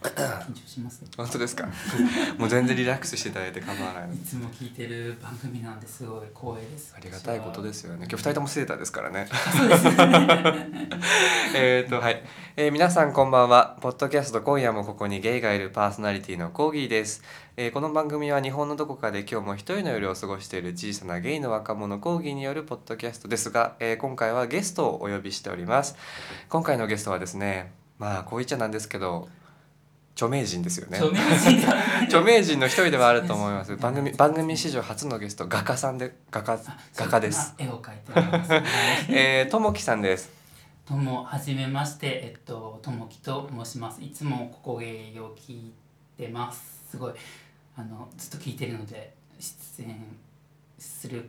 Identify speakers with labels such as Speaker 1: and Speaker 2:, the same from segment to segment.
Speaker 1: 緊張しますね。
Speaker 2: 本当ですかもう全然リラックスしていただいて構わないの
Speaker 1: いつも聞いてる番組なんですごい光栄です。
Speaker 2: ありがたいことですよね。今日2人ともセーターですからね
Speaker 1: そうですね
Speaker 2: はい、皆さんこんばんは。ポッドキャスト今夜もここにゲイがいるパーソナリティのコーギーです。この番組は日本のどこかで今日も一人の夜を過ごしている小さなゲイの若者コーギーによるポッドキャストですが、今回はゲストをお呼びしております。今回のゲストはですね、まあこう言っちゃなんですけど著名人ですよね。著名人の一人ではあると思います。番組史上初のゲスト画家さんで画家です。
Speaker 1: 絵を描いております。
Speaker 2: ともきさんです。
Speaker 1: どうもはじめまして、ともきと申します。いつもここ芸を聞いてます。すごいずっと聞いてるので出演する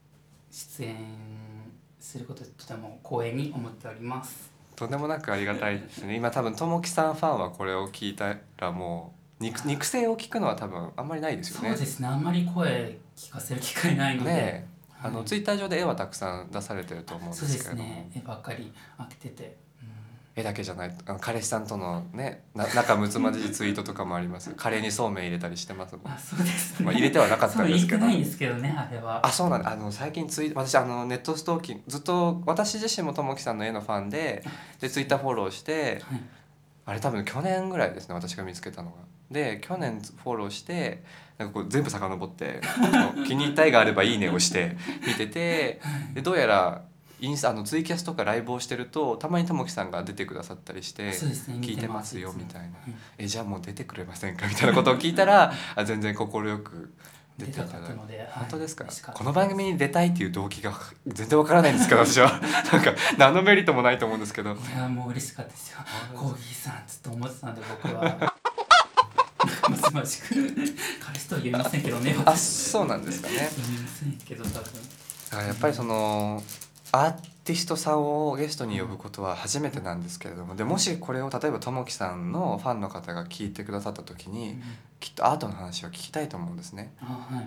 Speaker 1: こととても光栄に思っております。
Speaker 2: とんでもなくありがたいですね。今多分ともきさんファンはこれを聞いたらもう肉声を聞くのは多分あんまりないですよね。
Speaker 1: そうですね、あんまり声聞かせる機会ないので、
Speaker 2: ねえ、ツイッター上で絵はたくさん出されてると思うんですけれども、
Speaker 1: そうですね、絵ばっかり開けてて、
Speaker 2: 絵だけじゃない彼氏さんとのね仲睦まじいツイートとかもあります。カレーにそうめん入れたりしてますもん。
Speaker 1: そうですね、
Speaker 2: まあ、入れてはなかったんですけど、
Speaker 1: そう言いたないんですけどね、あれは。
Speaker 2: そうなんで最近私ネットストーキングずっと私自身もともきさんの絵のファンでツイッターフォローして、
Speaker 1: はい、
Speaker 2: あれ多分去年ぐらいですね、私が見つけたのが。で去年フォローしてなんかこう全部遡って気に入った絵があればいいねをして見てて、でどうやらツイキャスとかライブをしてるとたまにともきさんが出てくださったりして、聞いてますよみたいな、じゃあもう出てくれませんかみたいなことを聞いたら全然快く出ていただいて。本当ですか。この番組に出たいっていう動機が全然わからないんですけど私はなんか何のメリットもないと思うんですけど。
Speaker 1: いやもう嬉しかったですよ。コーギーさんずっと思ってたんで僕はむつまじく彼氏とは言いませんけどね。
Speaker 2: そうなんですかね。
Speaker 1: 言いませんけど多分。
Speaker 2: だからやっぱりそのアーティストさんをゲストに呼ぶことは初めてなんですけれども、でもしこれを例えばともきさんのファンの方が聞いてくださった時に、きっとアートの話を聞きたいと思うんですね。
Speaker 1: はい、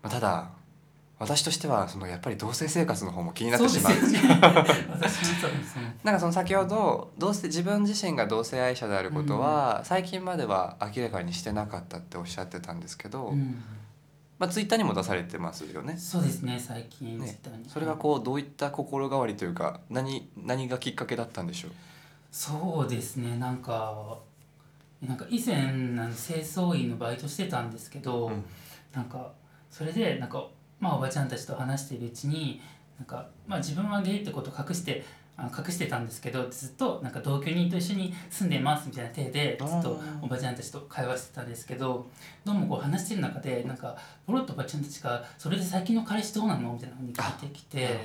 Speaker 2: ただ私としてはやっぱり同棲生活の方も気になってしまうんですよ。なんかその先ほど自分自身が同性愛者であることは最近までは明らかにしてなかったっておっしゃってたんですけど、ツイッターにも出されてますよね。
Speaker 1: そうですね、最近ツイッターに。
Speaker 2: それはどういった心変わりというか何がきっかけだったんでしょう。
Speaker 1: そうですね、なんか以前清掃員のバイトしてたんですけど、なんかそれでおばちゃんたちと話しているうちに自分はゲイってことを隠してたんですけど、ずっと同居人と一緒に住んでますみたいな体でずっとおばちゃんたちと会話してたんですけど、どうもこう話してる中でポロッとおばちゃんたちが「それで最近の彼氏どうなの?」みたいなのに聞いてきて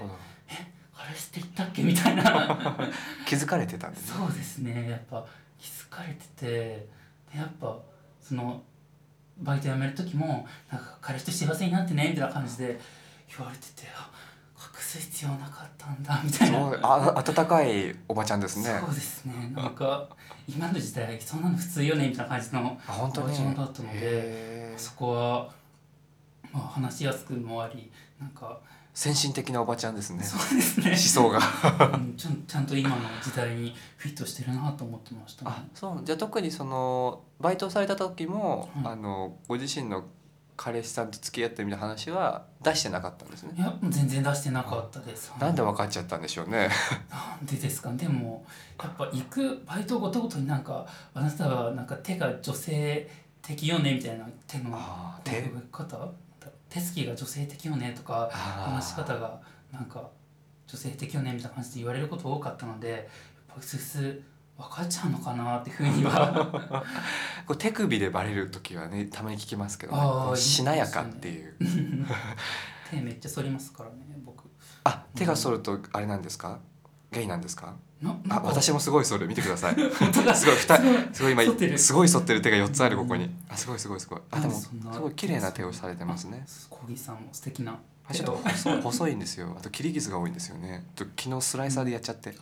Speaker 1: 「彼氏って言ったっけ?」みたいな
Speaker 2: 気づかれてたんですね。
Speaker 1: そうですね、やっぱ気づかれてて、でやっぱそのバイト辞める時も彼氏と幸せになってねみたいな感じで言われてて、隠す必要なかったんだみたいな。
Speaker 2: 温かいおばちゃんですね。
Speaker 1: そうですね、今の時代そんなの普通よねみたいな感じのおばちゃんだったので、そこは話しやすくもあり
Speaker 2: 先進的なおばちゃんですね。
Speaker 1: そうですね、
Speaker 2: 思想が
Speaker 1: ちゃんと今の時代にフィットしてるなと思ってましたね。
Speaker 2: じゃあ特にバイトされた時も、ご自身の彼氏さんと付き合ってみた話は出してなかったんですね。
Speaker 1: いやもう全然出してなかったです。
Speaker 2: なんで分かっちゃったんでしょうね。
Speaker 1: なんでですか。でもやっぱ行くバイトごとごとにあなたは手が女性的よねみたいな手の動き方、手つきが女性的よねとか話し方が女性的よねみたいな感じで言われること多かったので、やっぱうすうす分かっちゃうのかなっていうふうには
Speaker 2: 手首でバレる時はねたまに聞きますけどね、しなやかっていう
Speaker 1: 手めっちゃ反りますからね僕。
Speaker 2: 手が反るとあれなんですか、ゲイなんですか。私もすごい反る、見てくださいすごい今すごい反ってる手が4つあるここに。すごいでもすごい綺麗な手をされてますね。
Speaker 1: コーギーさんも素敵な。
Speaker 2: ちょっと細いんですよ。あと切り傷が多いんですよね。昨日スライサーでやっちゃって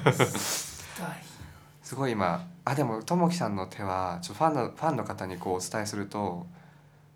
Speaker 2: すごい今でもともきさんの手はファンの方にお伝えすると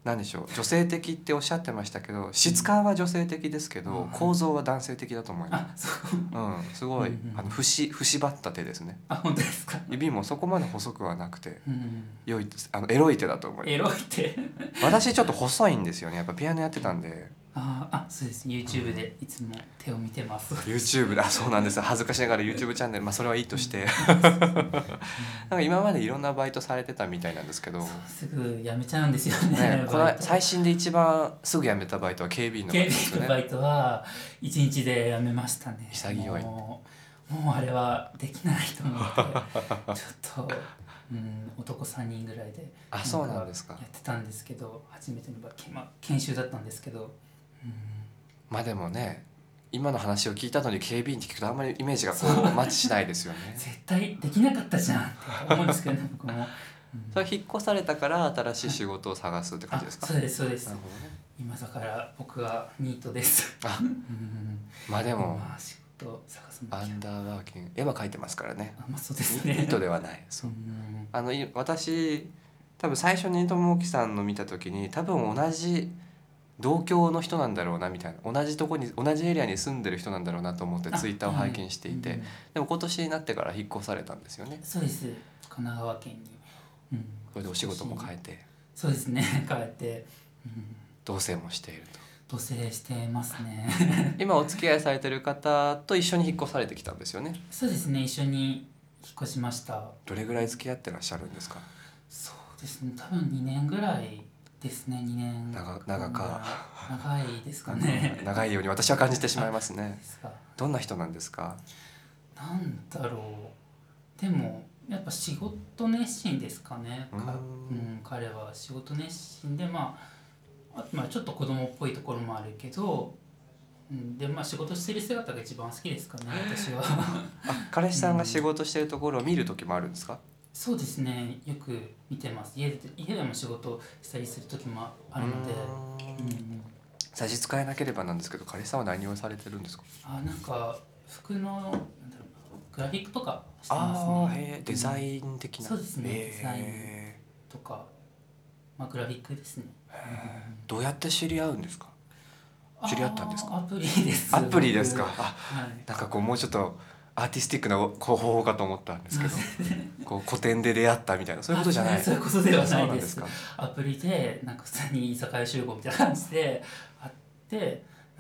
Speaker 2: 何でしょう、女性的っておっしゃってましたけど、質感は女性的ですけど、
Speaker 1: うん
Speaker 2: 構造は男性的だと思いま
Speaker 1: あそう
Speaker 2: す。すごい、
Speaker 1: うんうん
Speaker 2: 節張った手ですね。
Speaker 1: 本当ですか。
Speaker 2: 指もそこまで細くはなくて
Speaker 1: うん
Speaker 2: 良い、エロい手だと思います。
Speaker 1: エロいって
Speaker 2: 私ちょっと細いんですよね、やっぱピアノやってたんで。
Speaker 1: そうです。 YouTube でいつも手を見てます。
Speaker 2: YouTube で、そうなんです、恥ずかしながら YouTube チャンネル、それはいいとしてなんか今までいろんなバイトされてたみたいなんですけど、
Speaker 1: すぐ辞めちゃうんですよね。
Speaker 2: この最新で一番すぐ辞めたバイトは警備員のバイトですよね。
Speaker 1: 警備のバイトは1日で辞めましたね。
Speaker 2: 潔い。
Speaker 1: もうあれはできないと思ってちょっと、男3人ぐらいで
Speaker 2: そうなんですか。
Speaker 1: やってたんですけど、初めての研修だったんですけど、
Speaker 2: でもね、今の話を聞いたのに警備員って聞くとあんまりイメージがマッチしないですよね。
Speaker 1: 絶対できなかったじゃんって思うんですけどね僕も。
Speaker 2: それ引っ越されたから新しい仕事を探すって感じですか。
Speaker 1: そうですそうです。
Speaker 2: なるほどね。
Speaker 1: 今だから僕はニートです。
Speaker 2: でも
Speaker 1: 仕事探すの
Speaker 2: アンダーワーキング、絵は描いてますからね。
Speaker 1: そうですね。
Speaker 2: ニートではない。そう。私多分最初に友樹さんの見た時に多分同じ同郷の人なんだろうなみたいな、同じエリアに住んでる人なんだろうなと思ってツイッターを拝見していて、でも今年になってから引っ越されたんですよね。
Speaker 1: そうです。神奈川県に、
Speaker 2: それでお仕事も変えて。
Speaker 1: そうですね変えて、
Speaker 2: 同棲もしている
Speaker 1: と。同棲してますね
Speaker 2: 今お付き合いされてる方と一緒に引っ越されてきたんですよね。
Speaker 1: そうですね、一緒に引っ越しました。
Speaker 2: どれぐらい付き合ってらっしゃるんですか。
Speaker 1: そうですね、多分2年ぐらいですね。2年
Speaker 2: 長
Speaker 1: いですかね
Speaker 2: 長いように私は感じてしまいますね。
Speaker 1: ですか。
Speaker 2: どんな人なんですか。
Speaker 1: なんだろう、でもやっぱ仕事熱心ですかね。彼は仕事熱心で、ちょっと子供っぽいところもあるけど、で仕事してる姿が一番好きですかね私は
Speaker 2: 彼氏さんが仕事してるところを見る時もあるんですか。
Speaker 1: そうですね、よく見てます。家でも仕事したりする時もあるので。
Speaker 2: 差し支えなければなんですけど、彼氏さんは何をされてるんですか。
Speaker 1: なんか服のグラフィックとかしてますね。
Speaker 2: デザイン的な。
Speaker 1: そうですね、デザインとか、グラフィックですね。
Speaker 2: どうやって知り合うんですか。知り合ったんですか。
Speaker 1: アプリです。
Speaker 2: アプリですか。
Speaker 1: はい、
Speaker 2: もうちょっとアーティスティックな方法かと思ったんですけど個展で出会ったみたいな、そういうことじゃない。
Speaker 1: そういうことではないです。
Speaker 2: そうなんですか。
Speaker 1: アプリで普通に居酒屋集合みたいな感じで会って、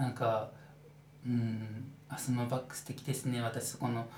Speaker 1: そのバッグ素敵ですね、私そこの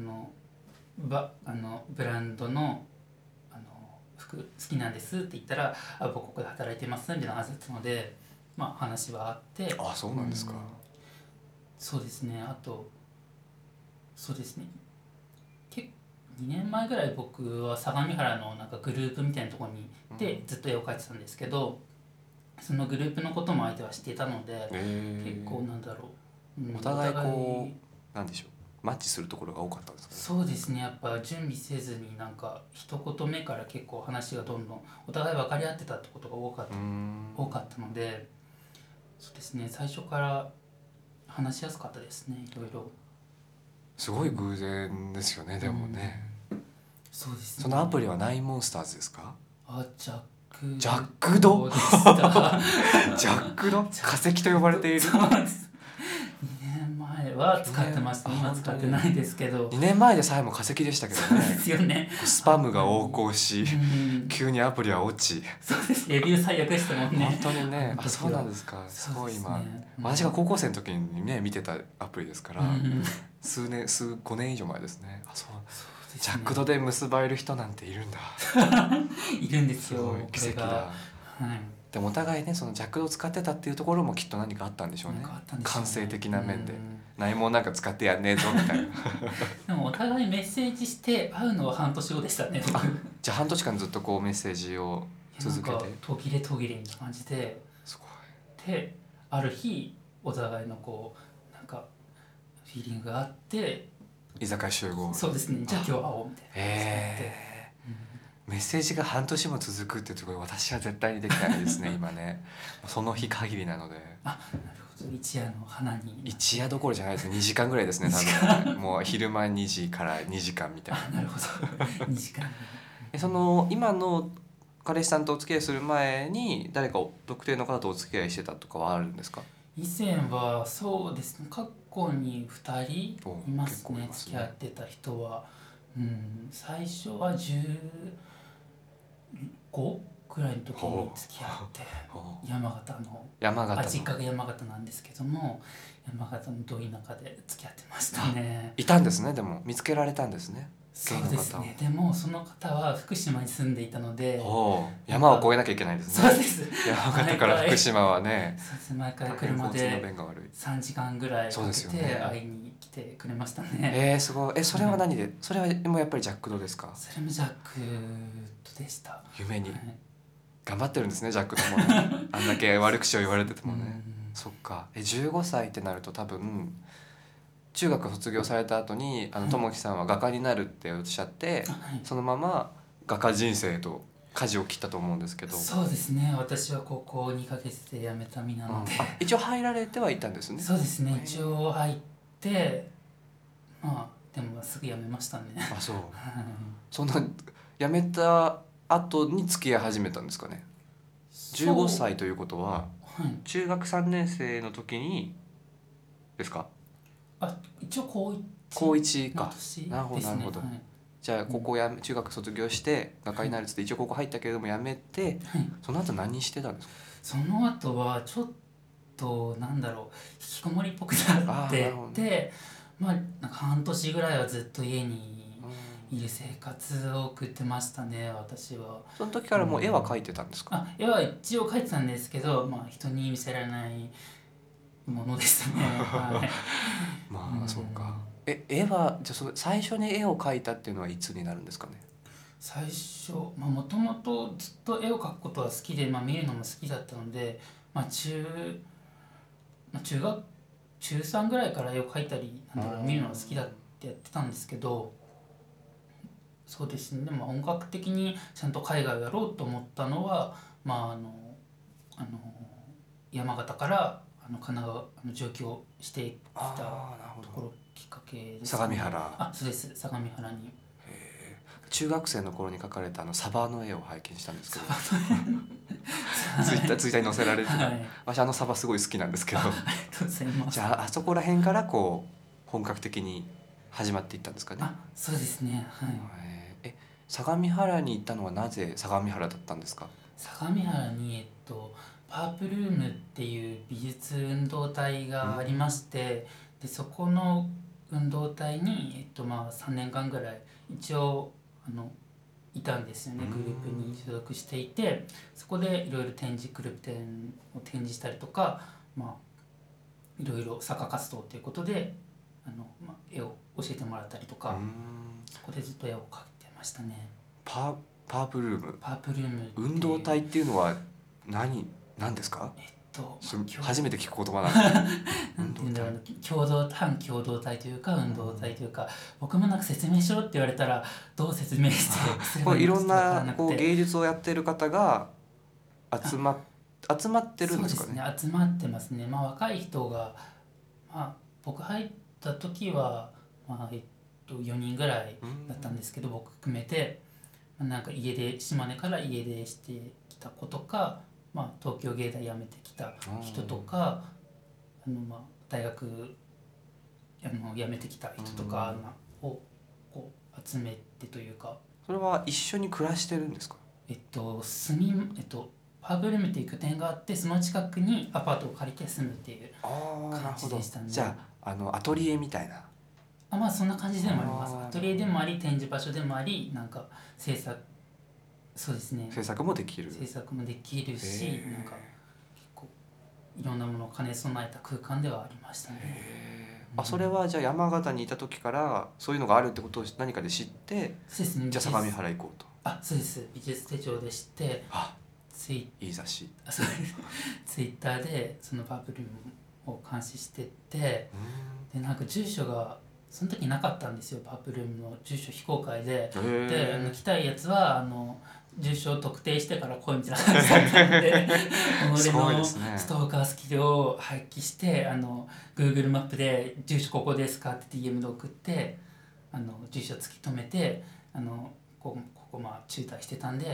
Speaker 1: ブランドの服好きなんですって言ったら、僕ここで働いてますみたいな話だったので、話はあって。
Speaker 2: そうなんですか。
Speaker 1: そうですね。あとそうですね、2年前ぐらい僕は相模原のグループみたいなところに行ってずっと絵を描いてたんですけど、そのグループのことも相手は知っていたので、結構
Speaker 2: お互いなんでしょう、マッチするところが多かったんですかね。
Speaker 1: そうですね、やっぱ準備せずに一言目から結構話がどんどんお互い分かり合ってたってことが多かったので、そうですね、最初から話しやすかったですね、いろいろ。
Speaker 2: すごい偶然ですよね、でもね。
Speaker 1: そうですね。
Speaker 2: そのアプリはナインモンスターズですか。
Speaker 1: ジャ
Speaker 2: ックド
Speaker 1: でした
Speaker 2: ジャックド、化石と呼ばれている。
Speaker 1: そうです。2年前は使ってました。今使ってないですけど。
Speaker 2: 2年前でさえも化石でしたけどね。
Speaker 1: そうですよね。
Speaker 2: スパムが横行し、急にアプリは落ち。
Speaker 1: そうです。レビュー最悪でしたもんね。
Speaker 2: 本当にね。そうなんですか。すごい今。私が高校生の時にね見てたアプリですから、5年以上前ですね。そう。ジャックドで結ばれる人なんているんだ。
Speaker 1: いるんですよ。
Speaker 2: 奇跡だ。でもお互いね、そのジャックドを使ってたっていうところもきっと何かあったんでしょうね。感性的な面で。ないもん使ってやんねえぞみたいな。
Speaker 1: でもお互いメッセージして会うのは半年後でしたね。
Speaker 2: じゃあ半年間ずっとメッセージを続けて。
Speaker 1: 途切れ途切れみたいな感じで。
Speaker 2: すごい。
Speaker 1: で、ある日お互いのフィーリングがあって。
Speaker 2: 居酒屋集合。
Speaker 1: そうですね。じゃあ今日会おうみたいな。
Speaker 2: メッセージが半年も続くってところ、私は絶対にできないですね今ね。その日限りなので。
Speaker 1: なるほど。一夜の花に。
Speaker 2: 一夜どころじゃないですね。2時間ぐらいですね多分。もう昼間2時から2時間みたいな。
Speaker 1: なるほど。2時間。
Speaker 2: その今の彼氏さんとお付き合いする前に誰か特定の方とお付き合いしてたとかはあるんですか？
Speaker 1: 以前はそうですね、過去に2人いま
Speaker 2: 結
Speaker 1: すね、
Speaker 2: 構いますね。
Speaker 1: 付き合ってた人は。最初は15くらいの時に付き合って、山形の
Speaker 2: 山形の
Speaker 1: 実家が山形なんですけども、山形のど田舎で付き合ってましたね。
Speaker 2: いたんですね。でも見つけられたんですね。
Speaker 1: そうですね。でもその方は福島に住んでいたので、
Speaker 2: 山を越えなきゃいけないですね。
Speaker 1: そうです。
Speaker 2: 山形から福島はね、
Speaker 1: そうです。毎回車で3時間ぐらいかけて会いに来てくれましたね。
Speaker 2: すごい。それは何で？それはもうやっぱりジャックドですか？
Speaker 1: それもジャックドでした。
Speaker 2: 夢に、頑張ってるんですね、ジャックドもね。あんだけ悪口を言われててもね。そっか。15歳ってなると多分中学卒業された後に友樹さんは画家になるっておっしゃって、そのまま画家人生と舵を切ったと思うんですけど。
Speaker 1: そうですね。私は高校2ヶ月で辞めた身なので、
Speaker 2: 一応入られてはいたんですね。
Speaker 1: そうですね。一応入って、でもすぐ辞めましたね。
Speaker 2: そう。そんな辞めた後に付き合い始めたんですかね。15歳ということは、中学3年生の時にですか？
Speaker 1: 一応高
Speaker 2: 1か。なるほどなるほど。じゃあ中学卒業して画家になるっつって一応高校入ったけれども辞めて、その後何してたんですか？
Speaker 1: その後はちょっと引きこもりっぽくなってて、なんか半年ぐらいはずっと家にいる生活を送ってましたね、私は。
Speaker 2: その時からもう絵は描いてたんですか？
Speaker 1: 絵は一応描いてたんですけど、人に見せられないものでしたね。
Speaker 2: そうか。絵はじゃあ最初に絵を描いたっていうのはいつになるんですかね？
Speaker 1: 最初もともとずっと絵を描くことは好きで、見るのも好きだったので、中3ぐらいから絵を描いたり見るのが好きだってやってたんですけど、そうですね。でも音楽的にちゃんと絵画をやろうと思ったのは、山形から神奈川上京してきたところきっかけですね。
Speaker 2: 相模原。
Speaker 1: そうです。相模原に。
Speaker 2: 中学生の頃に描かれたサバの絵を拝見したんですけど、ツイッターに載せられてた、私サバすごい好きなんですけど、じゃああそこら辺からこう本格的に始まっていったんですかね？
Speaker 1: そうですね。
Speaker 2: 相模原に行ったのはなぜ相模原だったんですか？
Speaker 1: 相模原にパープルームっていう美術運動体がありまして、でそこの運動体に3年間ぐらい一応いたんですよね。グループに所属していて、そこでいろいろ展示グループ展を展示したりとか、いろいろ作家活動ということで絵を教えてもらったりとか、そこでずっと絵を描いてましたね。
Speaker 2: パープルーム。
Speaker 1: パープルーム
Speaker 2: 運動体っていうのは何ですか？初めて聞く言葉なんで
Speaker 1: 反共同体というか運動体というか、僕も説明しろって言われたらどう説明してすればいいのか分からなくて、
Speaker 2: 芸術をやってる方が集まってるんですかね？
Speaker 1: そうですね、集まってますね。若い人が、僕入った時は、4人ぐらいだったんですけど、僕含めて島根から家出してきた子とか、東京芸大辞めてきた人とか、大学辞めてきた人とかをこう集めてというか。
Speaker 2: それは一緒に暮らしてるんですか？
Speaker 1: パープルームっていう拠点があって、その近くにアパートを借りて住むっていう感じでしたね。
Speaker 2: じゃあアトリエみたいな。
Speaker 1: そんな感じでもあります。アトリエでもあり、展示場所でもあり、制作、そうですね。
Speaker 2: 制作もできる。
Speaker 1: 制作もできるし、結構いろんなものを兼ね備えた空間ではありましたね。
Speaker 2: それはじゃあ山形にいた時からそういうのがあるってことを何かで知って、
Speaker 1: そうですね。
Speaker 2: じゃあ相模原行こうと。
Speaker 1: そうです。美術手帳で知って、
Speaker 2: いい雑誌。
Speaker 1: ツイッターでそのパープルームを監視してって、で住所がその時なかったんですよ。パープルームの住所非公開で、来たいやつは住所を特定してから来いみたいな感じだったんで俺のストーカースキルを発揮して、Google マップで住所ここですかって DM で送って、住所突き止めて、ここ中退してたんで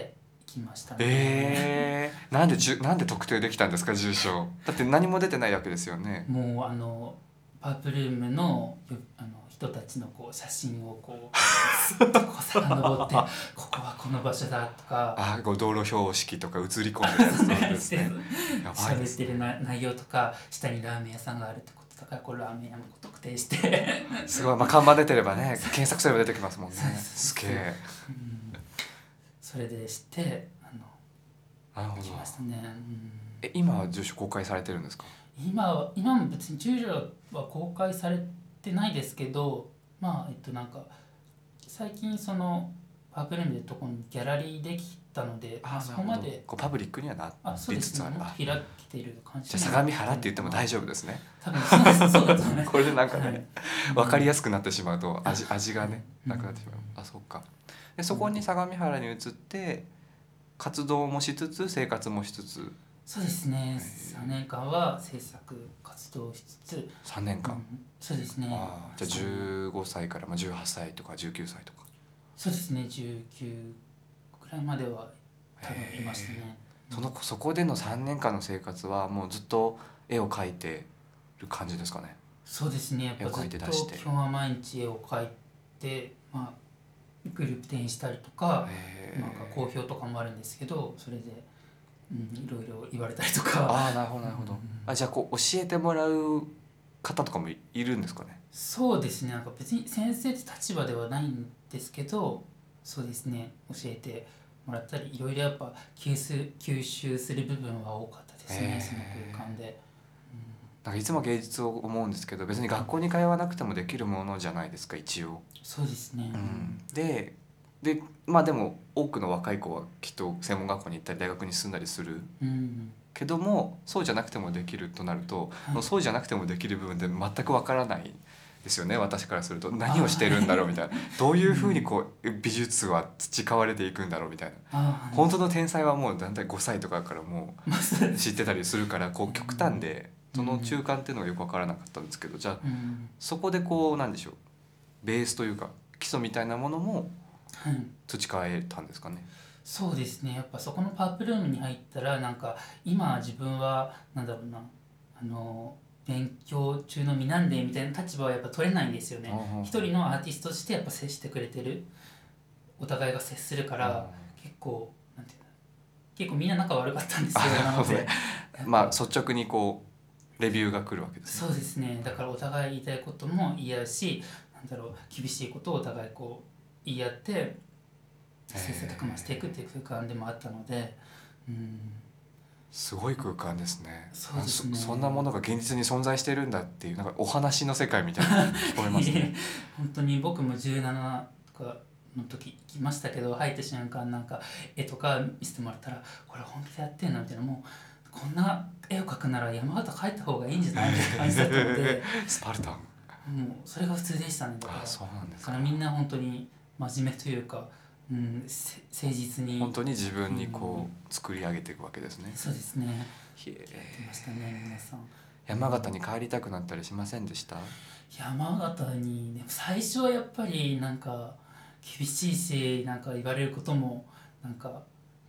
Speaker 1: きましたね。
Speaker 2: なんで特定できたんですか、住所。だって何も出てないわけですよね。
Speaker 1: もうパープルームの人たちのこう写真をこうずっとこう遡ってここはこの場所だとか
Speaker 2: こう道路標識とか映り込んでるやつなんですね。やばいですね。
Speaker 1: 喋ってる内容とか下にラーメン屋さんがあるってことだからこれラーメン屋のこと特定して
Speaker 2: すごい、看板出てればね検索すれば出てきますもんね。すげえ。
Speaker 1: それで知って
Speaker 2: なるほど。
Speaker 1: 来ましたね。
Speaker 2: 今は住所公開されてるんですか？
Speaker 1: 今も別に住所は公開されてないですけど、なんか最近そのパープルームでとこにギャラリーできたので、そこまで
Speaker 2: こうパブリックにはなりつつある。
Speaker 1: 開けてる感じ。
Speaker 2: じゃあ相模原って言っても大丈夫ですね。
Speaker 1: 多分そうだと思います。
Speaker 2: これでなんかね、分かりやすくなってしまうと味がねなくなってしまう。そうか。でそこに相模原に移って活動もしつつ生活もしつつ。
Speaker 1: そうですね。3年間は制作活動しつつ。
Speaker 2: 3年間。
Speaker 1: そうですね。
Speaker 2: じゃあ15歳から18歳とか19歳とか。
Speaker 1: そうですね。19くらいまでは多分いましたね。
Speaker 2: そこでの3年間の生活はもうずっと絵を描いてる感じですかね。
Speaker 1: そうですね。やっぱずっと基本は毎日絵を描いて、グループ展示したりとか、なんか好評とかもあるんですけど、それでいろいろ言われたりとか。
Speaker 2: なるほどなるほど。じゃあこう教えてもらう方とかもいるんですかね。
Speaker 1: そうですね。なんか別に先生って立場ではないんですけど、そうですね。教えてもらったり、いろいろやっぱ吸収する部分は多かったですね。その空間で。
Speaker 2: なんかいつも芸術を思うんですけど、別に学校に通わなくてもできるものじゃないですか、一応。
Speaker 1: そうですね。
Speaker 2: でも多くの若い子はきっと専門学校に行ったり大学に進んだりする、けどもそうじゃなくてもできるとなると、そうじゃなくてもできる部分で全くわからないですよね。私からすると何をしてるんだろうみたいな、どういうふうにこう美術は培われていくんだろうみたいな。本当の天才はもうだんだん5歳とかからもう知ってたりするから、こう極端でその中間っていうのがよくわからなかったんですけど、じゃあそこでこうなんでしょう、ベースというか基礎みたいなものも培えたんですかね。
Speaker 1: そうですね。やっぱそこのパープルームに入ったらなんか今自分はなんだろうな勉強中の身なんでみたいな立場はやっぱ取れないんですよね。一人のアーティストとしてやっぱ接してくれてる、お互いが接するから結構みんな仲悪かったんですよ。なので
Speaker 2: 率直にこうレビューが来るわけです
Speaker 1: ね。そうですね。だからお互い言いたいことも言い合うし、厳しいことをお互いこう言い合って切磋琢磨していくっていう空間でもあったので、
Speaker 2: すごい空間ですね。
Speaker 1: そうですね。
Speaker 2: そんなものが現実に存在してるんだっていう、なんかお話の世界みたいな聞こえますね。
Speaker 1: 本当に僕も17とかの時行きましたけど、入った瞬間なんか絵とか見せてもらったらこれ本気でやってんのみたいな、もうこんな絵を描くなら山形帰った方がいいんじゃないみたいな感じだったので
Speaker 2: スパルタン、
Speaker 1: もうそれが普通でしたね。だからみんな本当に真面目というか、誠実に
Speaker 2: 本当に自分にこう作り上げていくわけですね。
Speaker 1: そうですね。やってましたね皆さん。
Speaker 2: 山形に帰りたくなったりしませんでした？
Speaker 1: 山形に、ね、最初はやっぱりなんか厳しいし、なんか言われることもなんか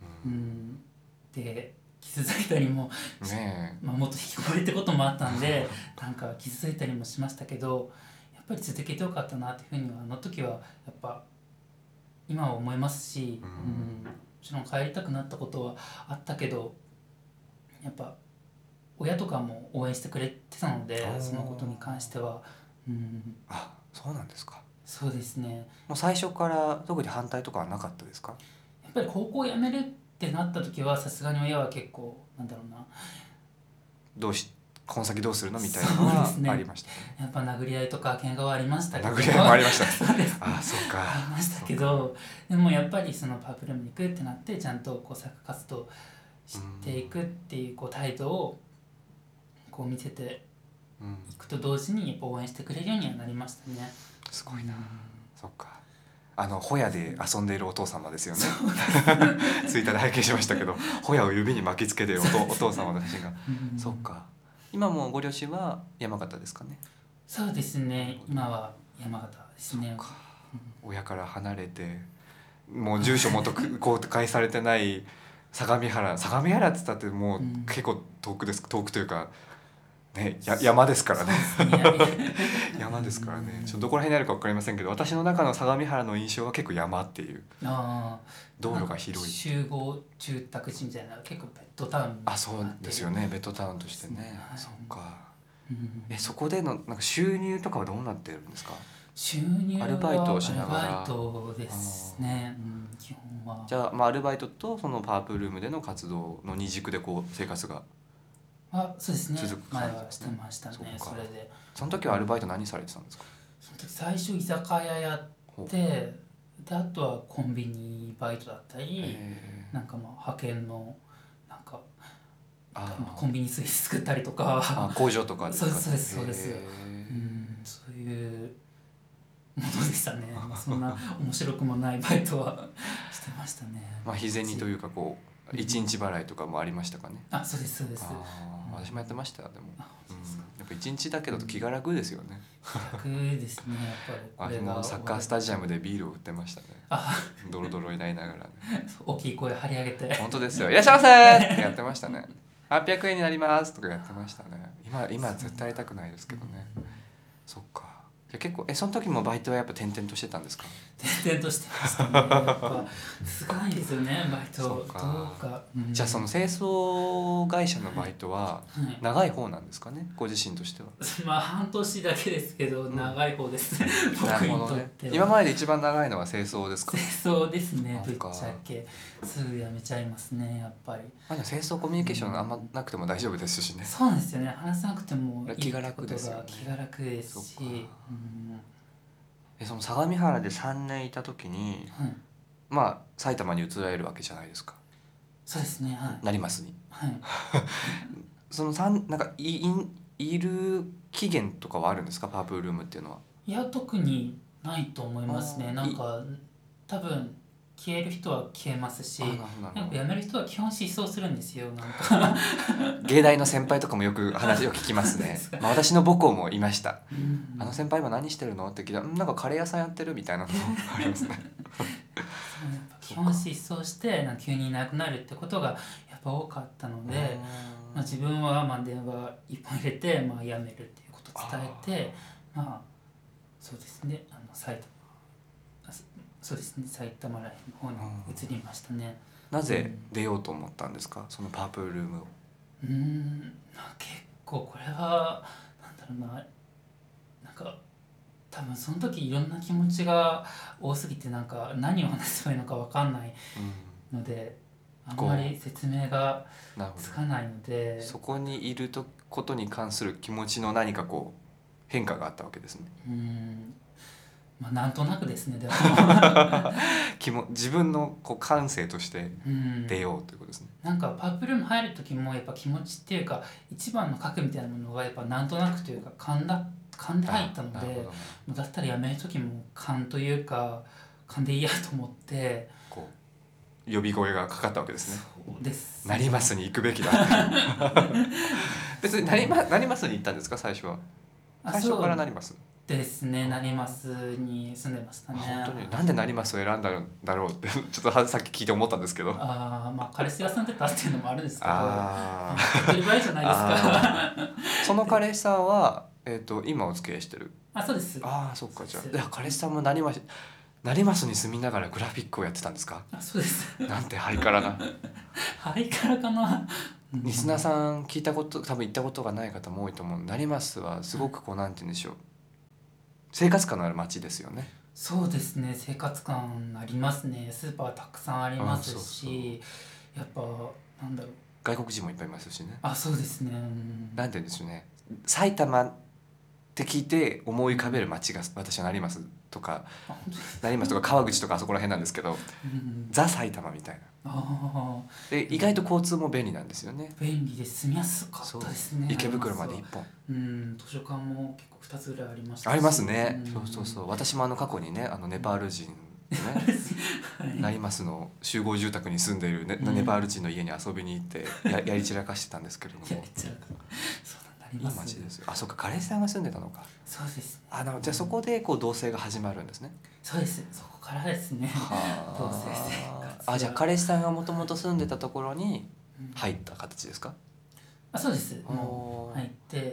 Speaker 1: で傷ついたりも、もっと引きこもりってこともあったんでなんか傷ついたりもしましたけど、やっぱり続けてよかったなっていうふうにはあの時はやっぱ今は思いますし、もちろん帰りたくなったことはあったけど、やっぱ親とかも応援してくれてたので、そのことに関しては。
Speaker 2: そうなんですか。
Speaker 1: そうですね。
Speaker 2: もう最初から特に反対とかはなかったですか？
Speaker 1: やっぱり高校辞めるってなった時はさすがに親は結構
Speaker 2: この先どうするのみたいなのはありましたね。
Speaker 1: やっぱ殴り合いとか喧嘩はありましたけど。
Speaker 2: 殴り合いもありました。
Speaker 1: そうです。
Speaker 2: そうか。
Speaker 1: ありましたけど、でもやっぱりそのパープルームに行くってなってちゃんとこう作家活動していくっていうこう態度をこう見せていくと同時にやっぱ応援してくれるようにはなりましたね。
Speaker 2: すごいな。そっか。ホヤで遊んでいるお父様ですよね。ツイッターで拝見しましたけど、ホヤを指に巻きつけてるお父様の写真が。そっか。今もご両親は山形ですかね。
Speaker 1: そうですね。今は山形ですね。
Speaker 2: 親から離れてもう住所も公開されてない相模原っつったってもう結構遠くというか、ね、山ですからね山ですからね。ちょっとどこら辺にあるか分かりませんけど、私の中の相模原の印象は結構山っていう、道路が広い
Speaker 1: 集合住宅地みたいな結構ベッドタウン。
Speaker 2: そうですよね、ベッドタウンとしてね、
Speaker 1: はい、
Speaker 2: そっか。そこでのなんか収入とかはどうなってるんですか？
Speaker 1: 収入は
Speaker 2: アルバイトをしながら。
Speaker 1: アルバイトですね、基本は。
Speaker 2: じゃあ、アルバイトとそのパープルームでの活動の二軸でこう生活が
Speaker 1: そうですね、
Speaker 2: 続く
Speaker 1: 前
Speaker 2: 感じですね。
Speaker 1: はしてましたね。それで
Speaker 2: その時はアルバイト何されてたんですか？
Speaker 1: その時最初居酒屋やって、であとはコンビニバイトだったり、なんか派遣のなんかコンビニスイーツ作ったりとか
Speaker 2: 工場とかですか？
Speaker 1: そうです、そういうものでしたね。そんな面白くもないバイトはしてましたね。
Speaker 2: 日銭というかこう一日払いとかもありましたかね？
Speaker 1: そうですそうです。
Speaker 2: 私もやってましたでも。やっぱ一日だけだと気が楽ですよね。
Speaker 1: 楽ですね、やっぱり。
Speaker 2: 私もサッカースタジアムでビールを売ってましたね。ドロドロになりながらね。
Speaker 1: 大きい声張り上げて。
Speaker 2: 本当ですよ。いらっしゃいませってやってましたね。800円になりますとかやってましたね。今は絶対やりたくないですけどね。そっか。じゃ結構その時もバイトはやっぱ転々としてたんですか？
Speaker 1: 転々としてましたね。やっぱ少ないですよね、バイト。どうか。
Speaker 2: じゃあその清掃会社のバイトは長い方なんですかね、ご自身としては。
Speaker 1: 半年だけですけど長い方ですね、僕にとっては。
Speaker 2: 今までで一番長いのは清掃ですか？
Speaker 1: 清掃ですね、ぶっちゃけ。すぐ辞めちゃいますね、やっぱり。
Speaker 2: 清掃コミュニケーションあんまなくても大丈夫ですしね。
Speaker 1: そうなんですよね、話さなくてもいい
Speaker 2: 気が楽ですよね。
Speaker 1: 気が楽ですし。
Speaker 2: その相模原で3年いた時に、埼玉に移られるわけじゃないですか。
Speaker 1: そうですね、はい。
Speaker 2: 成増に。
Speaker 1: はい。
Speaker 2: そのなんかいる期限とかはあるんですか、パープルルームっていうのは。
Speaker 1: いや、特にないと思いますね。なんか多分消える人は消えますし、なんか辞める人は基本失踪するんですよ。なんか
Speaker 2: 芸大の先輩とかもよく話を聞きますね。私の母校もいました。あの先輩今何してるのって聞いたら、なんかカレー屋さんやってるみたいなのありますね。
Speaker 1: 基本失踪して急にいなくなるってことがやっぱ多かったので、自分は電話一本入れて辞めるっていうことを伝えて、そうですね、埼玉らへんの方に移りましたね。
Speaker 2: なぜ出ようと思ったんですか、そのパープルルームを。
Speaker 1: 結構これはなんだろうな、なんか多分その時いろんな気持ちが多すぎて何を話せばいいのか分かんないので、あんまり説明がつかないので、
Speaker 2: そこにいることに関する気持ちの何か変化があったわけですね。
Speaker 1: なんとなくですね。でも
Speaker 2: 自分の感性として出ようということですね。
Speaker 1: パープルーム入る時もやっぱ気持ちっていうか一番の核みたいなものがやっぱなんとなくというか勘で入ったので、だったらやめる時も勘というか勘でいいやと思って
Speaker 2: 呼び声がかかったわけですね。
Speaker 1: そうです。
Speaker 2: 成増に行くべきだ別に成増に行ったんですか、最初は。最初から成増
Speaker 1: ですね、成増に住んでましたね。
Speaker 2: 本当になんで成増を選んだんだろうってちょっとさっき聞いて思ったんですけど。
Speaker 1: 彼氏が住んでたっていうのもあるんですけど、当たり前じゃないですか。
Speaker 2: その彼氏さんは今お付き合いしてる。
Speaker 1: そうです。
Speaker 2: そっか。じゃあ彼氏さんも成増に住みながらグラフィックをやってたんですか？
Speaker 1: そうです。
Speaker 2: なんてハイカラな。
Speaker 1: ハイカラかな。
Speaker 2: リスナーさん聞いたこと多分行ったことがない方も多いと思う。成増はすごくなんて言うんでしょう、生活感のある街ですよね。
Speaker 1: そうですね、生活感ありますね。スーパーたくさんありますし、やっぱ
Speaker 2: 外国人もいっぱいいますしね。
Speaker 1: そうですね。
Speaker 2: なんて言うんでしょうね、埼玉って聞いて思い浮かべる街が私は成増とか川口とかあそこら辺なんですけど、ザ埼玉みたいな。で意外と交通も便利なんですよね。
Speaker 1: 便利で住みやすかったですね。
Speaker 2: 池袋まで1本。
Speaker 1: 図書館も結構2つぐらいありましたし。
Speaker 2: ありますね。そう。私も過去にね、ネパール人ね成増の集合住宅に住んでいるネパール人の家に遊びに行ってやり散らかしてたんですけれども。
Speaker 1: そうなんだ、 ります。
Speaker 2: いい街ですよ。あ、そうか、彼氏さんが住んでたのか。
Speaker 1: そうですね。
Speaker 2: じゃあそこでこう同棲が始まるんですね。
Speaker 1: そうです。そこからですね。同棲生活が。
Speaker 2: じゃあ彼氏さんがもともと住んでたところに
Speaker 1: うん
Speaker 2: 入った形ですか？
Speaker 1: そうです。もう入って、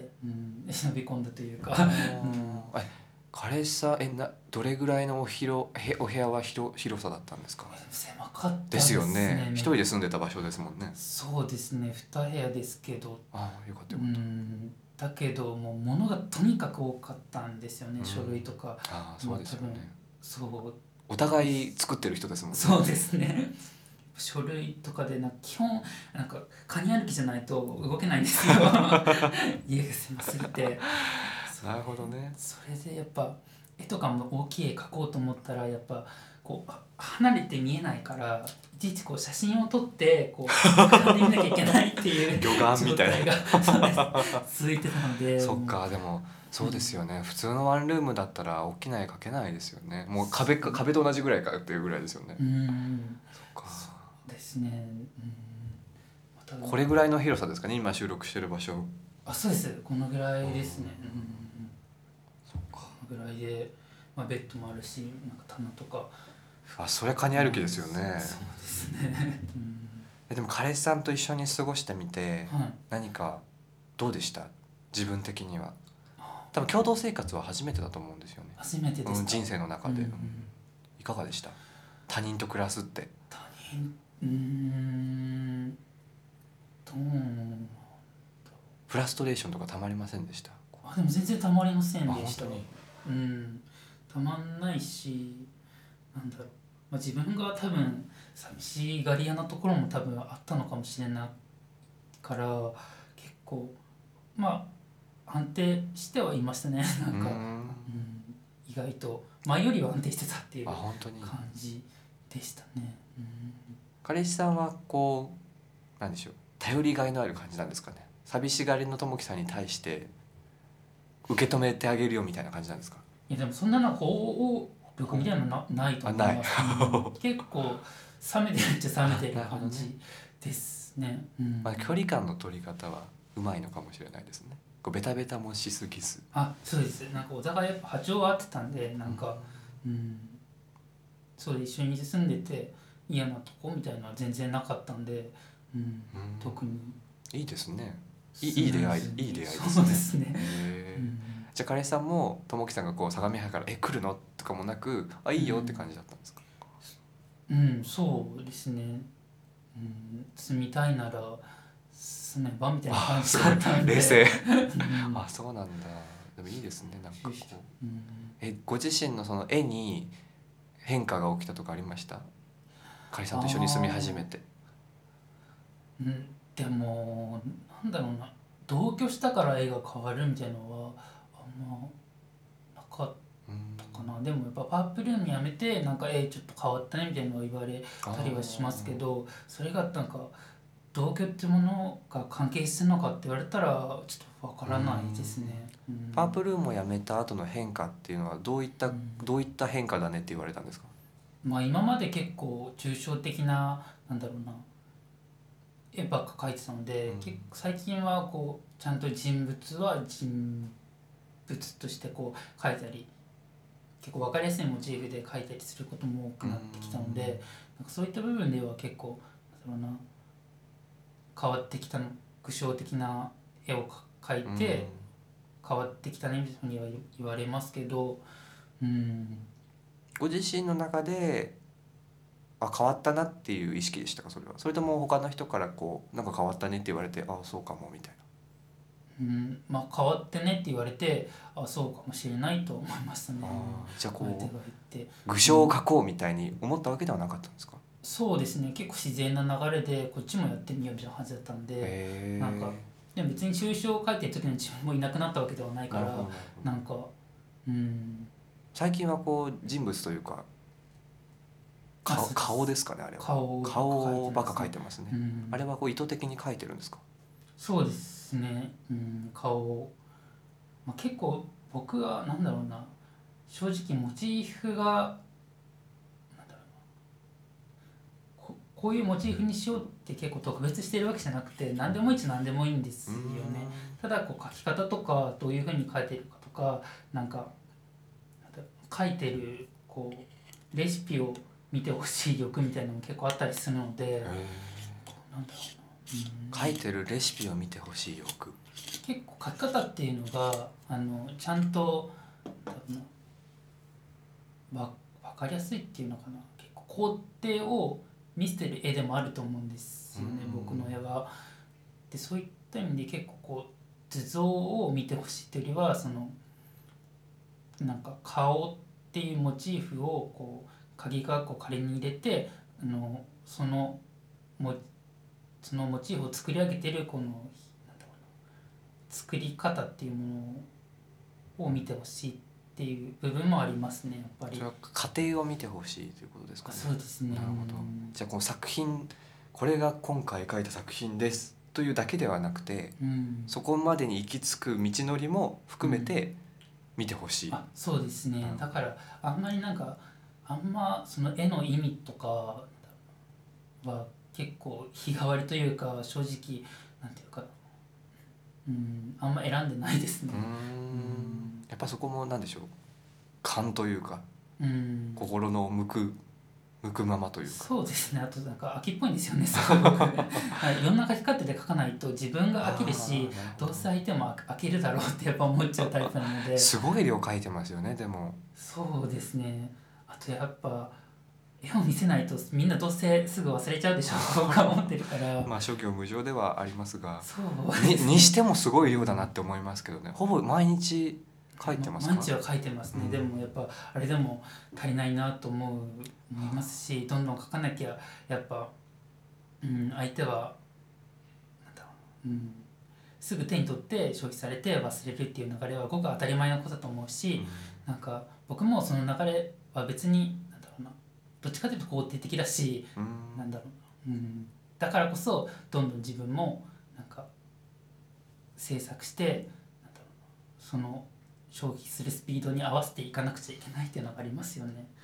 Speaker 1: 忍び込んだというか、
Speaker 2: 彼氏さんどれぐらいのお部屋は広さだったんですか？
Speaker 1: 狭かった
Speaker 2: で
Speaker 1: ですす
Speaker 2: よね。
Speaker 1: ね。
Speaker 2: 一人で住んでた場所ですもんね。
Speaker 1: そうですね。2部屋ですけど、
Speaker 2: よかったよかった。
Speaker 1: だけどもう物がとにかく多かったんですよね。書類とか。
Speaker 2: そうですよね。
Speaker 1: そう
Speaker 2: お互い作ってる人ですもんね。
Speaker 1: そうですね。書類とかで基本なんかカニ歩きじゃないと動けないんですよ。家が狭すぎて。
Speaker 2: なるほどね。
Speaker 1: それでやっぱ絵とかも大きい絵描こうと思ったらやっぱこう離れて見えないからいちいちこう写真を撮ってこう浮かんでみなきゃいけないっていう
Speaker 2: 魚眼みたいな
Speaker 1: 続いてたので。
Speaker 2: そっか。でもそうですよね、普通のワンルームだったら大きな絵描けないですよね。もう壁と同じぐらいかっていうぐらいですよね。そっか。
Speaker 1: そうですね。
Speaker 2: これぐらいの広さですかね、今収録してる場所。
Speaker 1: そうです。このぐらいですね。
Speaker 2: そっか。
Speaker 1: このぐらいで、ベッドもあるしなんか棚とか。
Speaker 2: それカニ歩きですよね。
Speaker 1: そうですね。
Speaker 2: でも彼氏さんと一緒に過ごしてみて、
Speaker 1: はい、
Speaker 2: 何かどうでした？自分的には。多分共同生活は初めてだと思うんですよね。
Speaker 1: 初めてですか？
Speaker 2: 人生の中で、いかがでした？他人と暮らすって。
Speaker 1: 他人どう
Speaker 2: フラストレーションとかたまりませんでした？
Speaker 1: でも全然たまりませんでした。
Speaker 2: 本当に？
Speaker 1: たまんないし、なんだろう、自分が多分寂しがり屋なところも多分あったのかもしれないから結構安定してはいましたね。なんか意外と前よりは安定してたっていう感じでしたね。
Speaker 2: 彼氏さんはこうなんでしょう、頼りがいのある感じなんですかね。寂しがりのともきさんに対して受け止めてあげるよみたいな感じなんですか？
Speaker 1: いやでもそんなの力みたいなのないと思います。結構冷めてるっちゃ冷めてる感じですね。
Speaker 2: 距離感の取り方はうまいのかもしれないですね。こうベタベタもしすぎず。
Speaker 1: そうです。なんかお互いやっぱ波長が合ってたんでそうで一緒に住んでて嫌なとこみたいなのは全然なかったんで、特に
Speaker 2: いいですね。いい出会いですね。
Speaker 1: そうですね。
Speaker 2: じゃあ彼氏さんもともきさんがこう相模原から来るのとかもなくいいよって感じだったんですか？
Speaker 1: そうですね。住みたいなら住めばみたいな感じだったんで。
Speaker 2: 冷静。そうなんだ。でもいいですね。なんかこう、ご自身のその絵に変化が起きたとかありました？彼氏さんと一緒に住み始めて。
Speaker 1: でもなんだろうな、同居したから絵が変わるみたいなのはあんまなかったかな。でもやっぱパープルームやめてなんか絵ちょっと変わったねみたいなのは言われたりはしますけど、それがなんか同居ってものが関係してるのかって言われたらちょっとわからないですね。
Speaker 2: パープルームをやめた後の変化っていうのはどういった変化だねって言われたんですか？
Speaker 1: 今まで結構抽象的ななんだろうな絵ばっか描いてたので、結構最近はこうちゃんと人物は人物としてこう描いたり結構分かりやすいモチーフで描いたりすることも多くなってきたので、なんかそういった部分では結構変わってきたの、具象的な絵を描いて変わってきたねみたいには言われますけど、
Speaker 2: ご自身の中で変わったなっていう意識でしたか？それはそれとも他の人からこうなんか変わったねって言われてそうかもみたい
Speaker 1: な。変わってねって言われてそうかもしれないと思いましたね。
Speaker 2: じゃあこう具象を描こうみたいに思ったわけではなかったんですか？
Speaker 1: そうですね。結構自然な流れでこっちもやってみようみたいな感じだったんで、なんかでも別に抽象を描いてる時の自分もいなくなったわけではないからなんか
Speaker 2: 最近はこう人物というか顔ですかね。あれは顔ばっか描いてますね。あれはこう意図的に描いてるんですか？
Speaker 1: そうですね。顔を、結構僕はなんだろうな、正直モチーフがなんだろうな、 こういうモチーフにしようって結構特別してるわけじゃなくて何でもいいっちゃ何でもいいんですよね。ただこう書き方とかどういうふうに書いてるかとかなんか書いてるこうレシピを見てほしい欲みたいなのも結構あったりするので、なんだろうな、
Speaker 2: 書いてるレシピを見てほしい欲。
Speaker 1: 結構書き方っていうのがちゃんと分かりやすいっていうのかな、結構工程を見せてる絵でもあると思うんですよね、僕の絵は。でそういった意味で結構こう図像を見てほしいっていうよりはそのなんか顔っていうモチーフをこう鍵括弧仮に入れてそのモチーフを作り上げてるこのなんだろうな作り方っていうものを見てほしいっていう部分もありますね、やっぱり。
Speaker 2: それは過程を見てほしいということですかね。
Speaker 1: そうですね。
Speaker 2: なるほど。じゃあこの作品、これが今回描いた作品ですというだけではなくて、そこまでに行き着く道のりも含めて見てほしい。
Speaker 1: そうですね。だからあんまりその絵の意味とかは結構日替わりというか正直なんていうかあんま選んでないですね。
Speaker 2: やっぱそこもなんでしょう、勘というか、心の向くままというか。
Speaker 1: そうですね。あとなんか飽きっぽいんですよね、すごくいろんな書き方で書かないと自分が飽きるし、どうせ相手も飽きるだろうってやっぱ思っちゃうタイプなので。
Speaker 2: すごい量書いてますよね、でも。
Speaker 1: そうですね。あとやっぱ絵を見せないとみんなどうせすぐ忘れちゃうでしょうとか思ってるから
Speaker 2: まあ諸行無常ではありますが、
Speaker 1: そうですね。
Speaker 2: にしてもすごい量だなって思いますけどね。ほぼ毎日書いてますか？
Speaker 1: 毎日は書いてますね。でもやっぱあれでも足りないなと思いますし、どんどん書かなきゃやっぱ、相手はなんだろう、すぐ手に取って消費されて忘れるっていう流れはごく当たり前のことだと思うし、なんか僕もその流れは別になんだろうな、どっちかというと肯定的だし、なんだろうな、だからこそどんどん自分もなんか制作してなんだろうな、その消費するスピードに合わせていかなくちゃいけないっていうのがありますよね。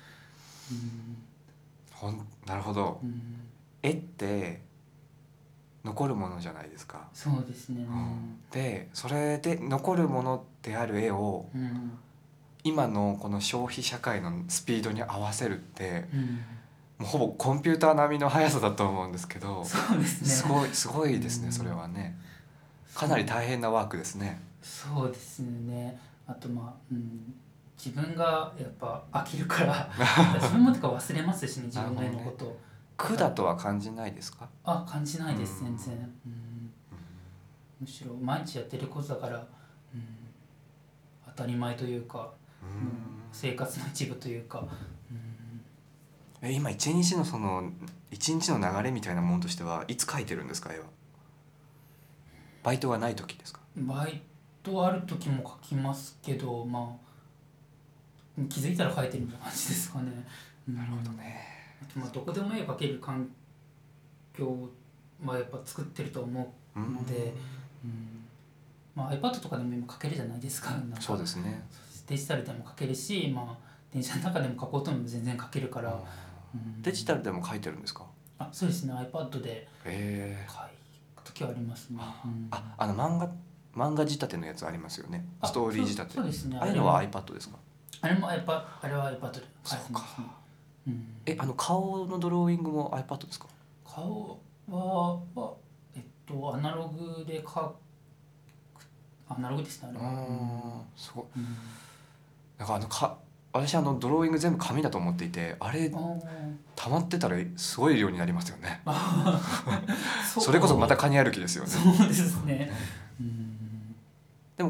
Speaker 2: なるほど。絵って残るものじゃないですか。
Speaker 1: そうですね。
Speaker 2: でそれで残るものである絵を、今のこの消費社会のスピードに合わせるって、もうほぼコンピューター並みの速さだと思うんですけど。
Speaker 1: そうですね。
Speaker 2: すごいですね、それはね。かなり大変なワークですね。
Speaker 1: そうですね。あと自分がやっぱ飽きるから自分もとか忘れますしね、自分の絵のこと。
Speaker 2: 苦だとは感じないですか？
Speaker 1: 感じないです、全然。むしろ毎日やってることだから、当たり前というか、生活の一部というか。
Speaker 2: 今一日の流れみたいなものとしてはいつ描いてるんですか、絵は。バイトがない時ですか？
Speaker 1: バイトある時も描きますけど、気づいたら描いてるみたいな感じですかね。
Speaker 2: なるほどね。
Speaker 1: どこでも絵描ける環境はやっぱ作ってると思うので、iPad とかでも今描けるじゃないですか。
Speaker 2: そうですね。
Speaker 1: デジタルでも描けるし、電車の中でも描こうとも全然描けるから。
Speaker 2: デジタルでも描いてるんですか？
Speaker 1: そうですね。iPad で描く時はありますね。
Speaker 2: 漫画仕立てのやつありますよね。ストーリー仕立て。
Speaker 1: そうですね。
Speaker 2: ああいうのは iPad ですか？
Speaker 1: あれは iPad で描いてますね。
Speaker 2: 顔のドローイングも iPad ですか？
Speaker 1: 顔はアナログでアナログですね、あれは。
Speaker 2: すごい。なんか私ドローイング全部紙だと思っていて、あれ溜まってたらすごい量になりますよね。それこそまたカニ歩きですよね。
Speaker 1: そうですね。
Speaker 2: でも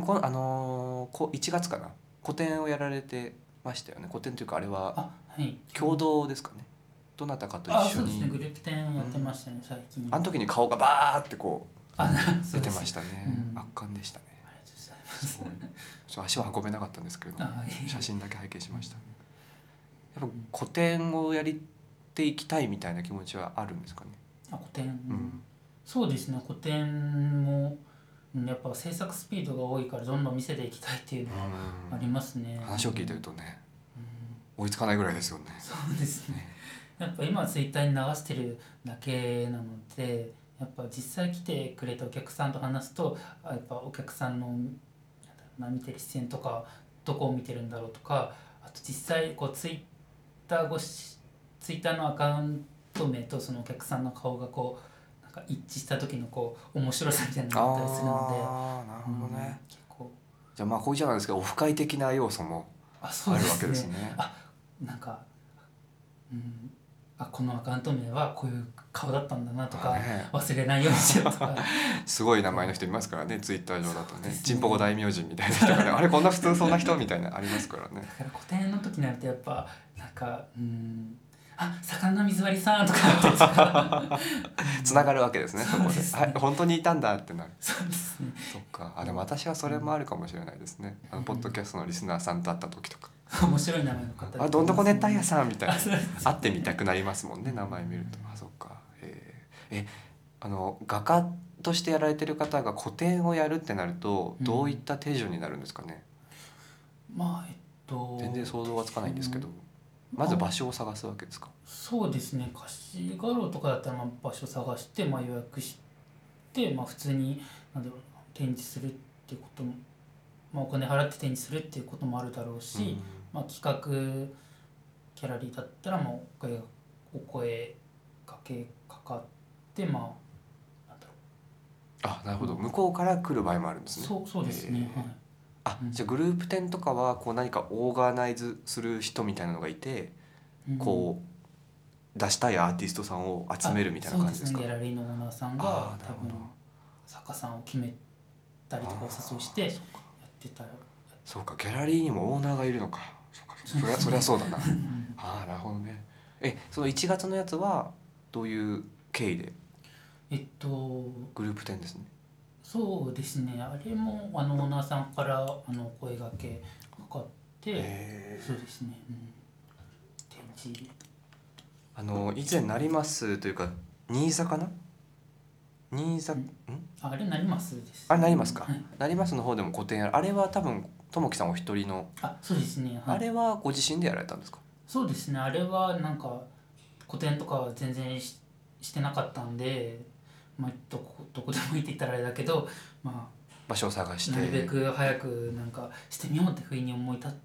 Speaker 2: 1月かな、個展をやられてましたよね。個展というかあれは共同ですかね。どなたかと一緒に。
Speaker 1: そうですね、グループ展やってましたね、最近。
Speaker 2: あの時に顔がバーってこう出てましたね。圧巻でしたね。
Speaker 1: ありがとうございます。
Speaker 2: 足は運べなかったんですけれども、写真だけ拝見しました。やっぱ個展をやっていきたいみたいな気持ちはあるんですかね。
Speaker 1: 個展、そうですね。個展もやっぱ制作スピードが多いからどんどん見せていきたいっていうのはありますね。
Speaker 2: 話を聞いてるとね、追いつかないぐらいですよね。
Speaker 1: そうですね。 やっぱ今はツイッターに流してるだけなので、やっぱ実際来てくれたお客さんと話すと、やっぱお客さんのなんだろうな、見てる視線とかどこを見てるんだろうとか、あと実際こうツイッターのアカウント名とそのお客さんの顔がこうなんか一致した時のこう面白さみたいなのがあったりするので、
Speaker 2: ああ、なるほどね。
Speaker 1: 結構
Speaker 2: じゃあまあこういうじゃないですけどオフ会的な要素もあ
Speaker 1: そうですね。
Speaker 2: るわけですね。
Speaker 1: なんか、このアカウント名はこういう顔だったんだなとか、
Speaker 2: ね、
Speaker 1: 忘れないようにしようとか
Speaker 2: すごい名前の人いますからね、ツイッター上だとね。
Speaker 1: ね、
Speaker 2: チンポコ大名人みたいな人がねあれこんな普通そうな人みたいなありますからね。
Speaker 1: だから個展の時になるとやっぱなんか魚水割りさんとかあったりとか
Speaker 2: つながるわけですね、そこで。
Speaker 1: ですね、
Speaker 2: はい、本当にいたんだってなる。
Speaker 1: そうですね。
Speaker 2: そっか。でも私はそれもあるかもしれないですね。ポッドキャストのリスナーさんと会った時とか。
Speaker 1: 面白い名前の方。
Speaker 2: どんどこ熱帯夜さんみたいな。会ってみたくなりますもんね、名前見ると。そっか。画家としてやられてる方が個展をやるってなるとどういった手順になるんですかね。全然想像はつかないんですけど、まず場所を探すわけですか。
Speaker 1: そうですね。貸し画廊とかだったら場所探して、予約して、普通に展示するっていうことも、お金払って展示するっていうこともあるだろうし、企画ギャラリーだったらお声かかって
Speaker 2: なるほど。向こうから来る場合もあるんですね。
Speaker 1: そうですね。
Speaker 2: じゃあグループ展とかはこう何かオーガナイズする人みたいなのがいて、こう出したいアーティストさんを集めるみたいな感じですか。
Speaker 1: そうですね。ギャラリーのオーナーさんが多分作家さんを決めたりとかお誘いしてやってたら。
Speaker 2: そうか、ギャラリーにもオーナーがいるのか。そりゃそうだな。なるほどね。その1月のやつはどういう経緯で。グループ展ですね。
Speaker 1: そうですね。あれもオーナーさんから声掛けかかって、そうですね。展示。
Speaker 2: 以前成増というか新座かな。
Speaker 1: あれ成増です。
Speaker 2: あれ成増か。成増の方でも個展やる。あれは多分友樹さんお一人の。
Speaker 1: そうですね。
Speaker 2: あれはご自身でやられたんですか。
Speaker 1: そうですね。あれはなんか個展とかは全然してなかったんで、どこでもいいって言ったらあれだけど、
Speaker 2: 場所を探して
Speaker 1: なるべく早くしてみようってふうに思い立って、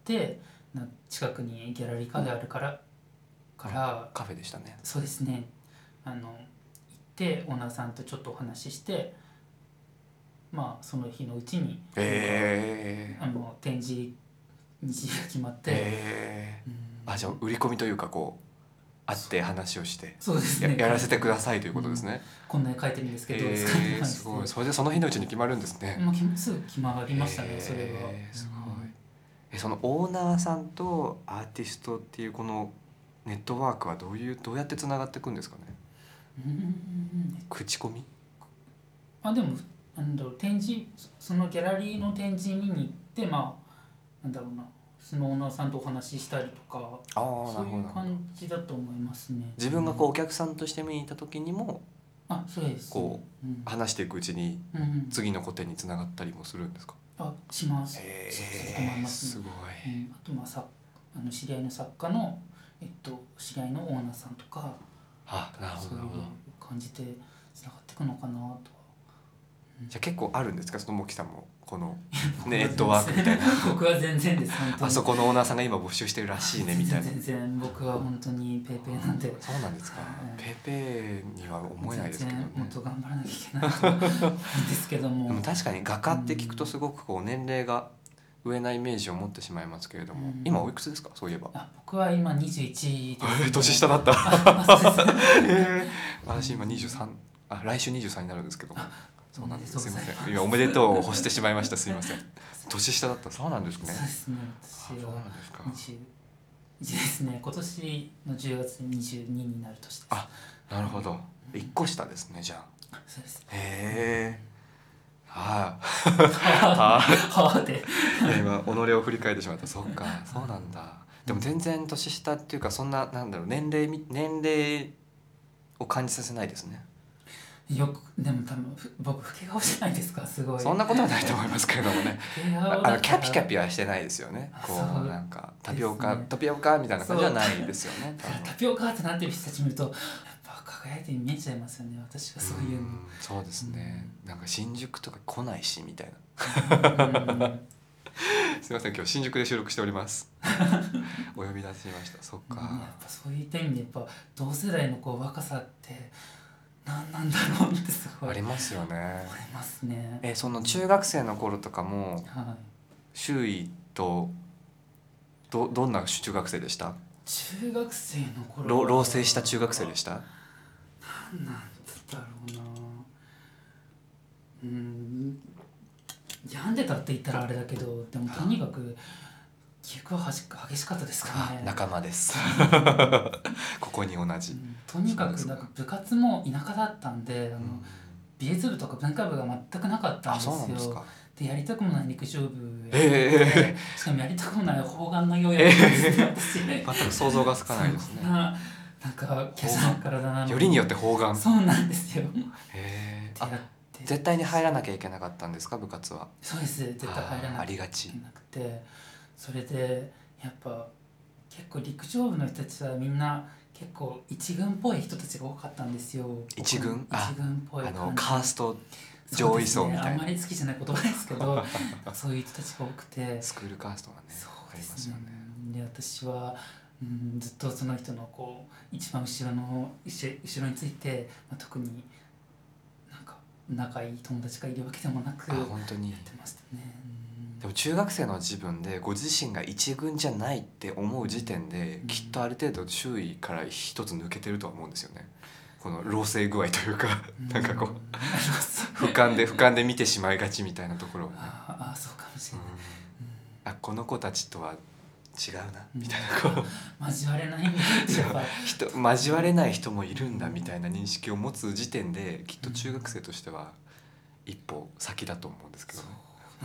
Speaker 1: 近くにギャラリーカフェあるから
Speaker 2: カフェでしたね。
Speaker 1: そうですね。行ってオーナーさんとちょっとお話しして、その日のうちに、展示日が決まって、
Speaker 2: じゃあ売り込みというかこう会って話をして、
Speaker 1: そうですね、
Speaker 2: やらせてくださいということですね。
Speaker 1: こんなに書いてるんですけどどうですかって話して、
Speaker 2: すごい。それでその日のうちに決まるんですね。
Speaker 1: すぐ決まりましたね、それは。
Speaker 2: すごい。そのオーナーさんとアーティストっていうこのネットワークはどうやってつながっていくんですかね。口コミ。
Speaker 1: でも展示、そのギャラリーの展示見に行ってそのオーナーさんとお話ししたりとか、そういう感じだと思いますね。
Speaker 2: 自分がこうお客さんとして見に行った時にも
Speaker 1: そうです、
Speaker 2: こう話していくうちに次の個展につながったりもするんですか。
Speaker 1: します。
Speaker 2: すごい。
Speaker 1: あと知り合いの作家の知り合いのオーナーさんとか、
Speaker 2: なるほどなるほど。
Speaker 1: そういう感じでつながっていくのかなとは。
Speaker 2: じゃあ結構あるんですか、そのモキさんもこのネットワークみたいな。
Speaker 1: 僕は全然です。本当に
Speaker 2: あそこのオーナーさんが今募集してるらしいねみたいな。
Speaker 1: 全然僕は本当にペーペーなんで。
Speaker 2: そうなんですか。ペーペーには思えないですけどね。
Speaker 1: もっと頑張らなきゃいけないと思うんですけども。
Speaker 2: でも確かに画家って聞くとすごくこう年齢が上なイメージを持ってしまいますけれども、今おいくつですか、そういえば。
Speaker 1: 僕は今21です、
Speaker 2: 年下だった。私今23、来週23になるんですけども。そうなんです。すみません。今おめでとうを欲してしまいました。すみません。年下だった。そうなんですね。
Speaker 1: そうですね。私は21ですね。今年の10月に22になる年です。
Speaker 2: なるほど。1個下ですね、じゃあ。
Speaker 1: そうです。
Speaker 2: 今己を振り返ってしまった。そっか、そうなんだ。でも全然年下っていうかそんな年齢を感じさせないですね。
Speaker 1: よくでも多分僕老け顔じゃないですかすごい。
Speaker 2: そんなことはないと思いますけれどもね
Speaker 1: 老け顔だから
Speaker 2: キャピキャピはしてないですよね。こうなんかタピオカみたいな感じじゃないですよね。
Speaker 1: タピオカってなってる人たち見るとやっぱ輝いて見えちゃいますよね私がそういうの。
Speaker 2: そうですね、なんか新宿とか来ないしみたいなすいません今日新宿で収録しておりますお呼び出ししました。そっか、
Speaker 1: やっぱそういった意味でやっぱ同世代のこう若さって何なんだろうってすごい
Speaker 2: ありますよね。
Speaker 1: ありますね。
Speaker 2: その中学生の頃とかも
Speaker 1: はい、
Speaker 2: 周囲とどんな中学生でした？
Speaker 1: 中学生の頃は
Speaker 2: 老成した中学生でした？
Speaker 1: 何なんだろうな。病んでたって言ったらあれだけどでもとにかく記憶は激しかったですからね。
Speaker 2: 仲間ですここに同じ、
Speaker 1: とにかくなんか部活も田舎だったんで美術部とか文化部が全くなかったんですよ。
Speaker 2: そうなんですか。
Speaker 1: でやりたくもない陸上部やってしかもやりたくもない砲丸投げをやってたんですよ、私ね。
Speaker 2: 全く想像がつかないですね。
Speaker 1: なんか華奢な体なのに
Speaker 2: よりによって砲丸。
Speaker 1: そうなんですよ。
Speaker 2: 絶対に入らなきゃいけなかったんですか部活は？
Speaker 1: そうです、絶対入らなきゃいけなくて、それでやっぱ結構陸上部の人たちはみんな結構一軍っぽい人たちが多かったんですよ。
Speaker 2: 一軍っ
Speaker 1: ぽい感じ、
Speaker 2: カースト上位層みたいな、
Speaker 1: あんまり好きじゃない言葉ですけどそういう人たちが多くて
Speaker 2: スクールカーストがねありますよね。
Speaker 1: で私は、ずっとその人のこう一番後ろについて、特になんか仲いい友達がいるわけでもなく
Speaker 2: 本当に
Speaker 1: やってましたね。
Speaker 2: でも中学生の自分でご自身が一軍じゃないって思う時点で、きっとある程度周囲から一つ抜けてるとは思うんですよね。この老成具合というかなんかこう俯瞰で見てしまいがちみたいなところはね。
Speaker 1: そうかもしれない。
Speaker 2: この子たちとは違うなみたいな、こう
Speaker 1: 交われないってやっ
Speaker 2: ぱ交われない人もいるんだみたいな認識を持つ時点できっと中学生としては一歩先だと思うんですけどね。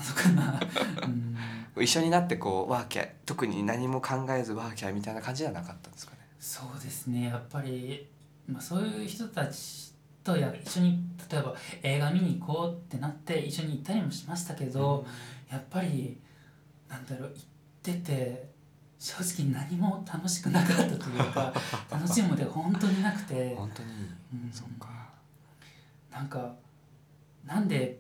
Speaker 2: 一緒になってこうワーキャー特に何も考えずワーキャーみたいな感じではなかったんですかね。
Speaker 1: そうですね、やっぱり、そういう人たちと一緒に例えば映画見に行こうってなって一緒に行ったりもしましたけど、やっぱりなんだろう、行ってて正直何も楽しくなかったというか楽しむものが本当になくて
Speaker 2: 本当に、そっか、
Speaker 1: なんかなんで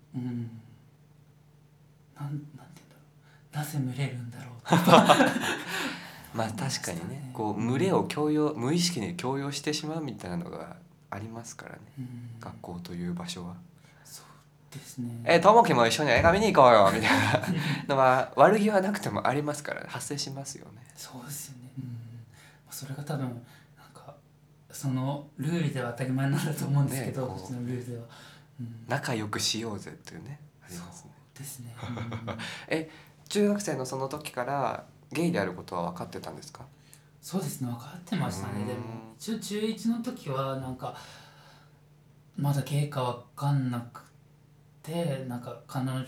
Speaker 1: なんて言うんだろう、なぜ群れるんだろうとか
Speaker 2: まあ確かにね、こう群れを無意識に強要してしまうみたいなのがありますからね、学校という場所は。
Speaker 1: そうですね。
Speaker 2: ともきも一緒に映画見に行こうよみたいなのは悪気はなくてもありますからね、発生しますよね。
Speaker 1: そうですよね。それが多分なんかそのルールでは当たり前なんだと思うんですけど、こっちのルールでは、
Speaker 2: 仲良くしようぜっていうね、ありますね。
Speaker 1: そうですね。
Speaker 2: 中学生のその時からゲイであることは分かってたんですか？
Speaker 1: そうですね、分かってましたね。でも中1の時はなんかまだゲイか分かんなくて、なんか彼女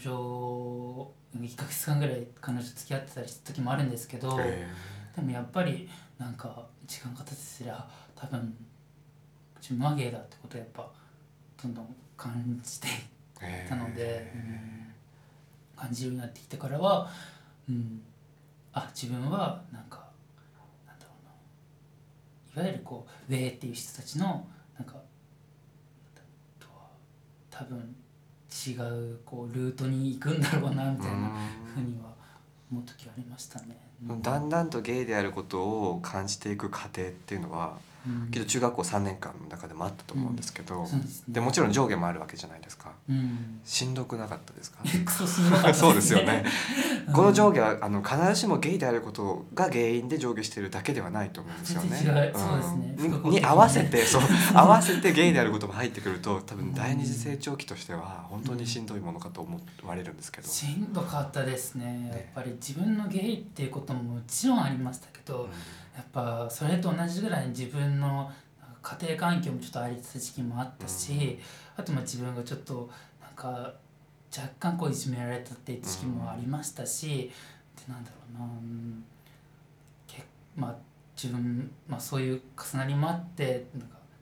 Speaker 1: 1ヶ月間ぐらい彼女付き合ってたりした時もあるんですけど、でもやっぱりなんか時間が経つすりゃ多分自分はゲイだってことをやっぱどんどん感じていったので、感じるようになってきてからは、自分はなんかなんだろうな、いわゆるこうウェイっていう人たちのなんかとは多分違うこうルートに行くんだろうなみたいなふうには思う時ありましたね。
Speaker 2: だんだんとゲイであることを感じていく過程っていうのは、けど中学校3年間の中でもあったと思うんですけど、でもちろん上下もあるわけじゃないですか。しんどくなかったですか？そうですよね。この上下は必ずしもゲイであることが原因で上下しているだけではないと思うんですよね。に合わせてゲイであることも入ってくると多分第二次成長期としては本当にしんどいものかと思われるんですけど。
Speaker 1: しんどかったですね。やっぱり自分のゲイっていうことももちろんありましたけど、やっぱそれと同じぐらいに自分の家庭環境もちょっとありつつ時期もあったし、あと自分がちょっとなんか若干こういじめられたっていう時期もありましたし、なんだろうな、自分、そういう重なりもあってなんか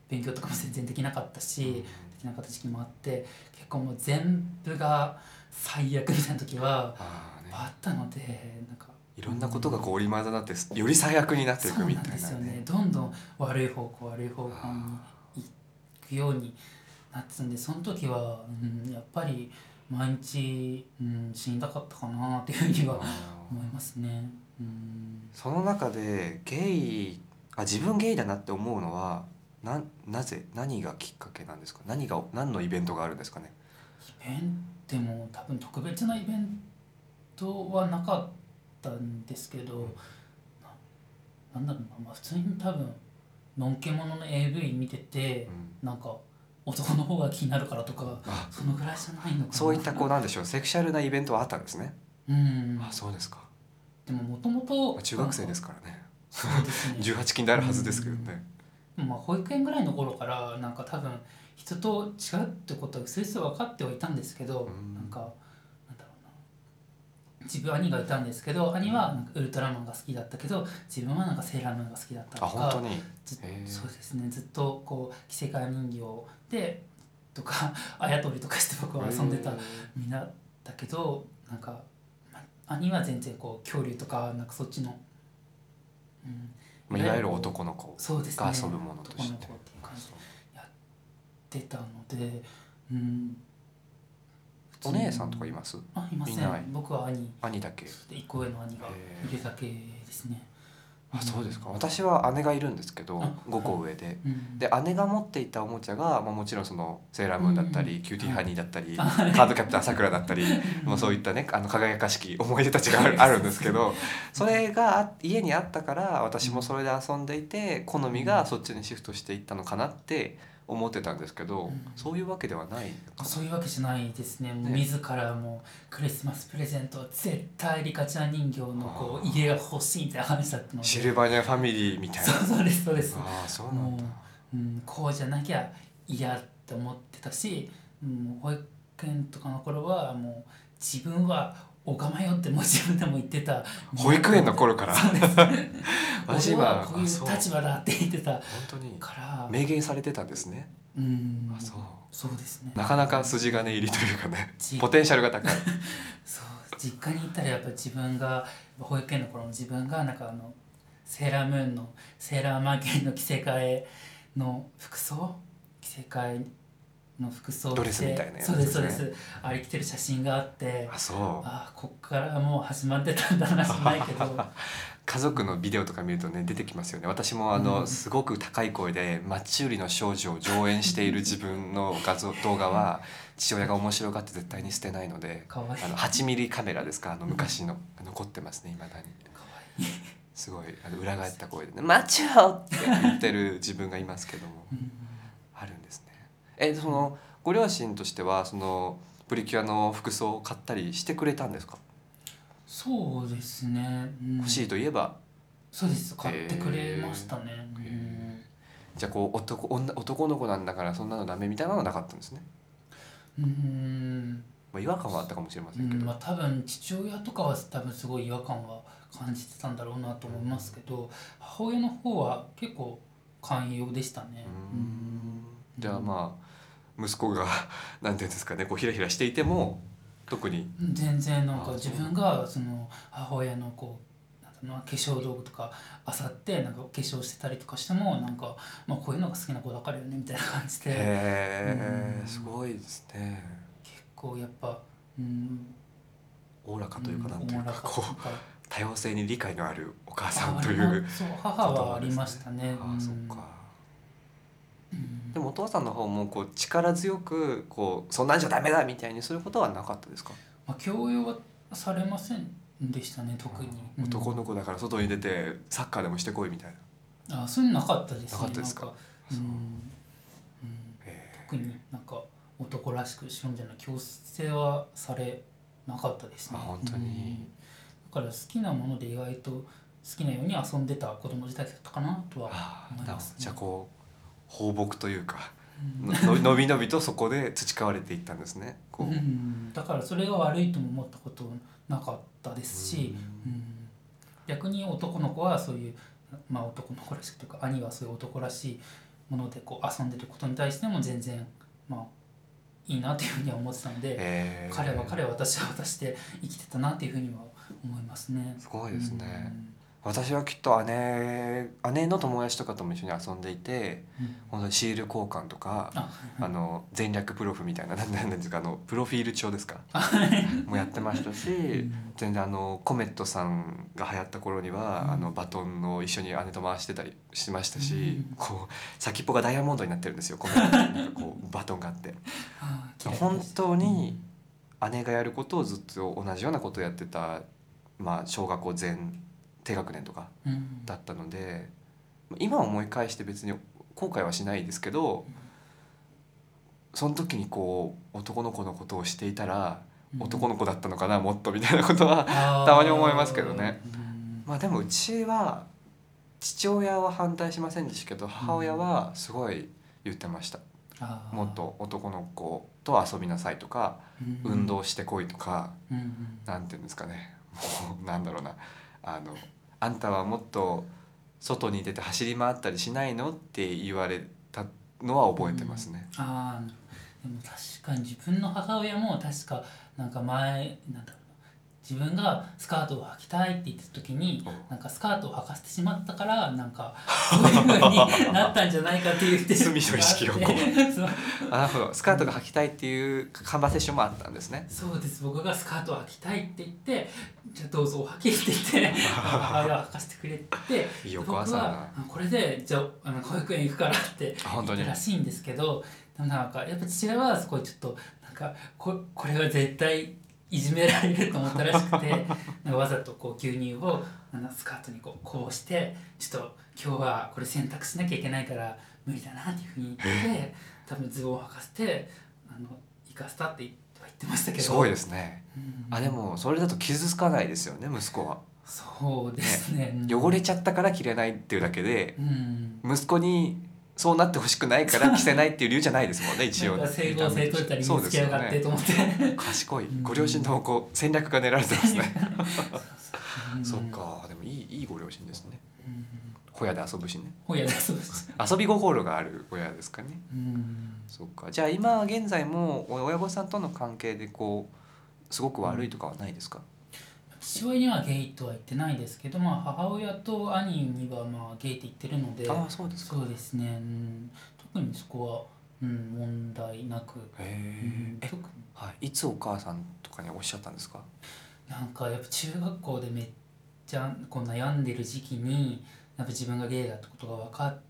Speaker 1: 勉強とかも全然できなかったし、できなかった時期もあって、結構もう全部が最悪みたいな時はあったので、なんか
Speaker 2: いろんなことがこう織り交ざってより最悪になっていくみたいなね。
Speaker 1: そうなんですよね。どんどん悪い方向に行くようになってたんで、その時は、やっぱり毎日、死にたかったかなっていうふうには思いますね。
Speaker 2: その中で自分ゲイだなって思うのはなぜ何がきっかけなんですか？何のイベントがあるんですかね？
Speaker 1: イベントも多分特別なイベントはなかったんですけど、なんだろうな、普通に多分のんけものの AV 見てて、なんか男の方が気になるからとか、そのぐらいじゃないのかな。
Speaker 2: そういったなんでしょう、セクシャルなイベントはあったんですね。そうですか。
Speaker 1: でももともと
Speaker 2: 中学生ですからね。
Speaker 1: そうですね
Speaker 2: 18禁であるはずですけどね。
Speaker 1: 保育園ぐらいの頃からなんか多分人と違うってことは薄々分かってはいたんですけど、なんだろうな、自分兄がいたんですけど、兄はなんかウルトラマンが好きだったけど、自分はなんかセーラームーンが好きだったとか。
Speaker 2: 本当に？
Speaker 1: そうですね、ずっとこう着せ替え人形でとかあやとりとかして僕は遊んでたみんなだけど、なんか兄は全然こう恐竜とかなんかそっちの、
Speaker 2: いわゆる男の子
Speaker 1: そうですね、
Speaker 2: が遊ぶものとして、
Speaker 1: 男の子っていう感じでやってたので、
Speaker 2: お姉さんとかいます？
Speaker 1: いません。僕は
Speaker 2: 兄だけ。
Speaker 1: 1個上の兄がいるだけですね。
Speaker 2: そうですか。私は姉がいるんですけど、5個上で、で姉が持っていたおもちゃが、もちろんそのセーラームーンだったり、キューティーハニーだったり、カードキャプターさくらだったり、そういったね輝かしき思い出たちがあるんですけど、それが家にあったから私もそれで遊んでいて、好みがそっちにシフトしていったのかなって思ってたんですけど、そういうわけではない。
Speaker 1: そういうわけじゃないですね。自らもクリスマスプレゼントは絶対リカちゃん人形のこう家が欲しいみたいな話だったので、
Speaker 2: シルバニアファミリーみたいな。
Speaker 1: そうですそうです。
Speaker 2: そうなんだ。
Speaker 1: こうじゃなきゃ嫌って思ってたし、保育園とかの頃はもう自分はおがまよってもう自分でも言ってた。
Speaker 2: 保育園の頃から。
Speaker 1: そうです。私はこういう立場だって言ってた。
Speaker 2: 本当に
Speaker 1: から
Speaker 2: 明言されてたんですね。
Speaker 1: そうですね。
Speaker 2: なかなか筋金入りというかね、ポテンシャルが高い。
Speaker 1: そう、実家に行ったらやっぱり自分が保育園の頃の自分がなんかセーラームーンのセーラーマーケンの着せ替えの服装
Speaker 2: ドレスみたいなやつ
Speaker 1: ですね。そうですそうです。あれ着てる写真があって、こっからもう始まってたんだなじゃないけど。
Speaker 2: 家族のビデオとか見るとね出てきますよね。私もすごく高い声でマッチ売りの少女を上演している自分の動画は父親が面白がって絶対に捨てないので、8ミリカメラですか、昔の残ってますね、未だに。すごい裏返った声でね「マッチョ!」って言ってる自分がいますけども、あるんですね。そのご両親としてはそのプリキュアの服装を買ったりしてくれたんですか？
Speaker 1: そうですね、
Speaker 2: 欲しいといえば
Speaker 1: そうです、買ってくれましたね。
Speaker 2: じゃあこう男の子なんだからそんなのダメみたいなのはなかったんですね。違和感はあったかもしれませんけど、
Speaker 1: 多分父親とかは多分すごい違和感は感じてたんだろうなと思いますけど、母親の方は結構寛容でしたね。
Speaker 2: じゃあ息子がなんていうんですかね、こうヒラヒラしていても特に
Speaker 1: 全然なんか自分がその母親のこう化粧道具とか漁ってなんか化粧してたりとかしてもなんか、こういうのが好きな子だからよねみたいな感じで。
Speaker 2: すごいですね。
Speaker 1: 結構やっぱ
Speaker 2: おおらかというかなんというかこう多様性に理解のあるお母さんという。
Speaker 1: そう、母はありましたね。
Speaker 2: そっか。でもお父さんの方もこう力強くこうそんなんじゃダメだみたいにすることはなかったですか？
Speaker 1: 強要はされませんでしたね、特に。
Speaker 2: 男の子だから外に出てサッカーでもしてこいみたい
Speaker 1: な。そういうのなかったですね。
Speaker 2: なかったですか？
Speaker 1: 特になんか男らしくしようみたいな強制はされなかったですね。
Speaker 2: 本当に。
Speaker 1: だから好きなもので意外と好きなように遊んでた子供時代だったかなとは思いますね。
Speaker 2: じゃあこう放牧というか、のびのびとそこで培われていったんですね。
Speaker 1: だからそれが悪いとも思ったことなかったですし、逆に男の子はそういう、男の子らしくというか兄はそういう男らしいものでこう遊んでることに対しても全然まあいいなというふうには思ってたので、彼は私は私で生きてたなっていうふうには思いますね。
Speaker 2: すごいですね。私はきっと姉の友達とかとも一緒に遊んでいて、本当にシール交換とか全略プロフみたいな何ですかプロフィール帳ですかもやってましたし、全然コメットさんが流行った頃にはバトンを一緒に姉と回してたりしましたし、こう先っぽがダイヤモンドになってるんですよ、コメットなんかこうバトンがあって本当に姉がやることをずっと同じようなことをやってた、小学校低学年とかだったので、今思い返して別に後悔はしないですけど、その時にこう男の子のことをしていたら男の子だったのかなもっとみたいなことはたまに思いますけどね。でもうちは父親は反対しませんでしたけど、母親はすごい言ってました。もっと男の子と遊びなさいとか、運動してこいとか、なんていうんですかね、もうなんだろうな、あんたはもっと外に出て走り回ったりしないのって言われたのは覚えてますね。
Speaker 1: でも確かに自分の母親も確かなんか前なんだろうな、自分がスカートを履きたいって言ってた時になんかスカートを履かせてしまったからなんかそういう風になったんじゃないかって言って
Speaker 2: 罪の意識をこうなるほど、スカートが履きたいっていうカンバセーションもあったんですね。
Speaker 1: そうです、僕がスカートを履きたいって言ってじゃあどうぞお履きって言って母親は履かせてくれて
Speaker 2: いいお母さん
Speaker 1: 僕はこれでじゃあ保育園行くからって言ったらしいんですけど、でもなんかやっぱ父親はそこでちょっとなんかこれは絶対いじめられると思ったらしくてなんかわざとこう牛乳をスカートにこうしてちょっと今日はこれ洗濯しなきゃいけないから無理だなっていうふうに言って多分ズボンを履かせて行かせたって言ってましたけど。
Speaker 2: すごいですね。でもそれだと傷つかないですよね、息子は。
Speaker 1: そうですね、
Speaker 2: 汚れちゃったから着れないっていうだけで、息子にそうなってほしくないから着せないっていう理由じゃないですもんね一応。
Speaker 1: なんか整合性取ったり見つけやがってと思って、
Speaker 2: 賢い、ご両親のこう戦略が練られてますねそっか、でもいいご両親ですね。小屋で遊ぶしね。
Speaker 1: 小屋で遊ぶし
Speaker 2: 遊び心がある親ですかね。そっか。じゃあ今現在も親御さんとの関係でこうすごく悪いとかはないですか？
Speaker 1: 父親にはゲイとは言ってないですけど、母親と兄にはゲイって言ってるので。
Speaker 2: そうですか。
Speaker 1: そうですね、特にそこは、問題なく。
Speaker 2: いつお母さんとかにおっしゃったんですか？
Speaker 1: なんかやっぱ中学校でめっちゃこう悩んでる時期にやっぱ自分がゲイだってことが分かって、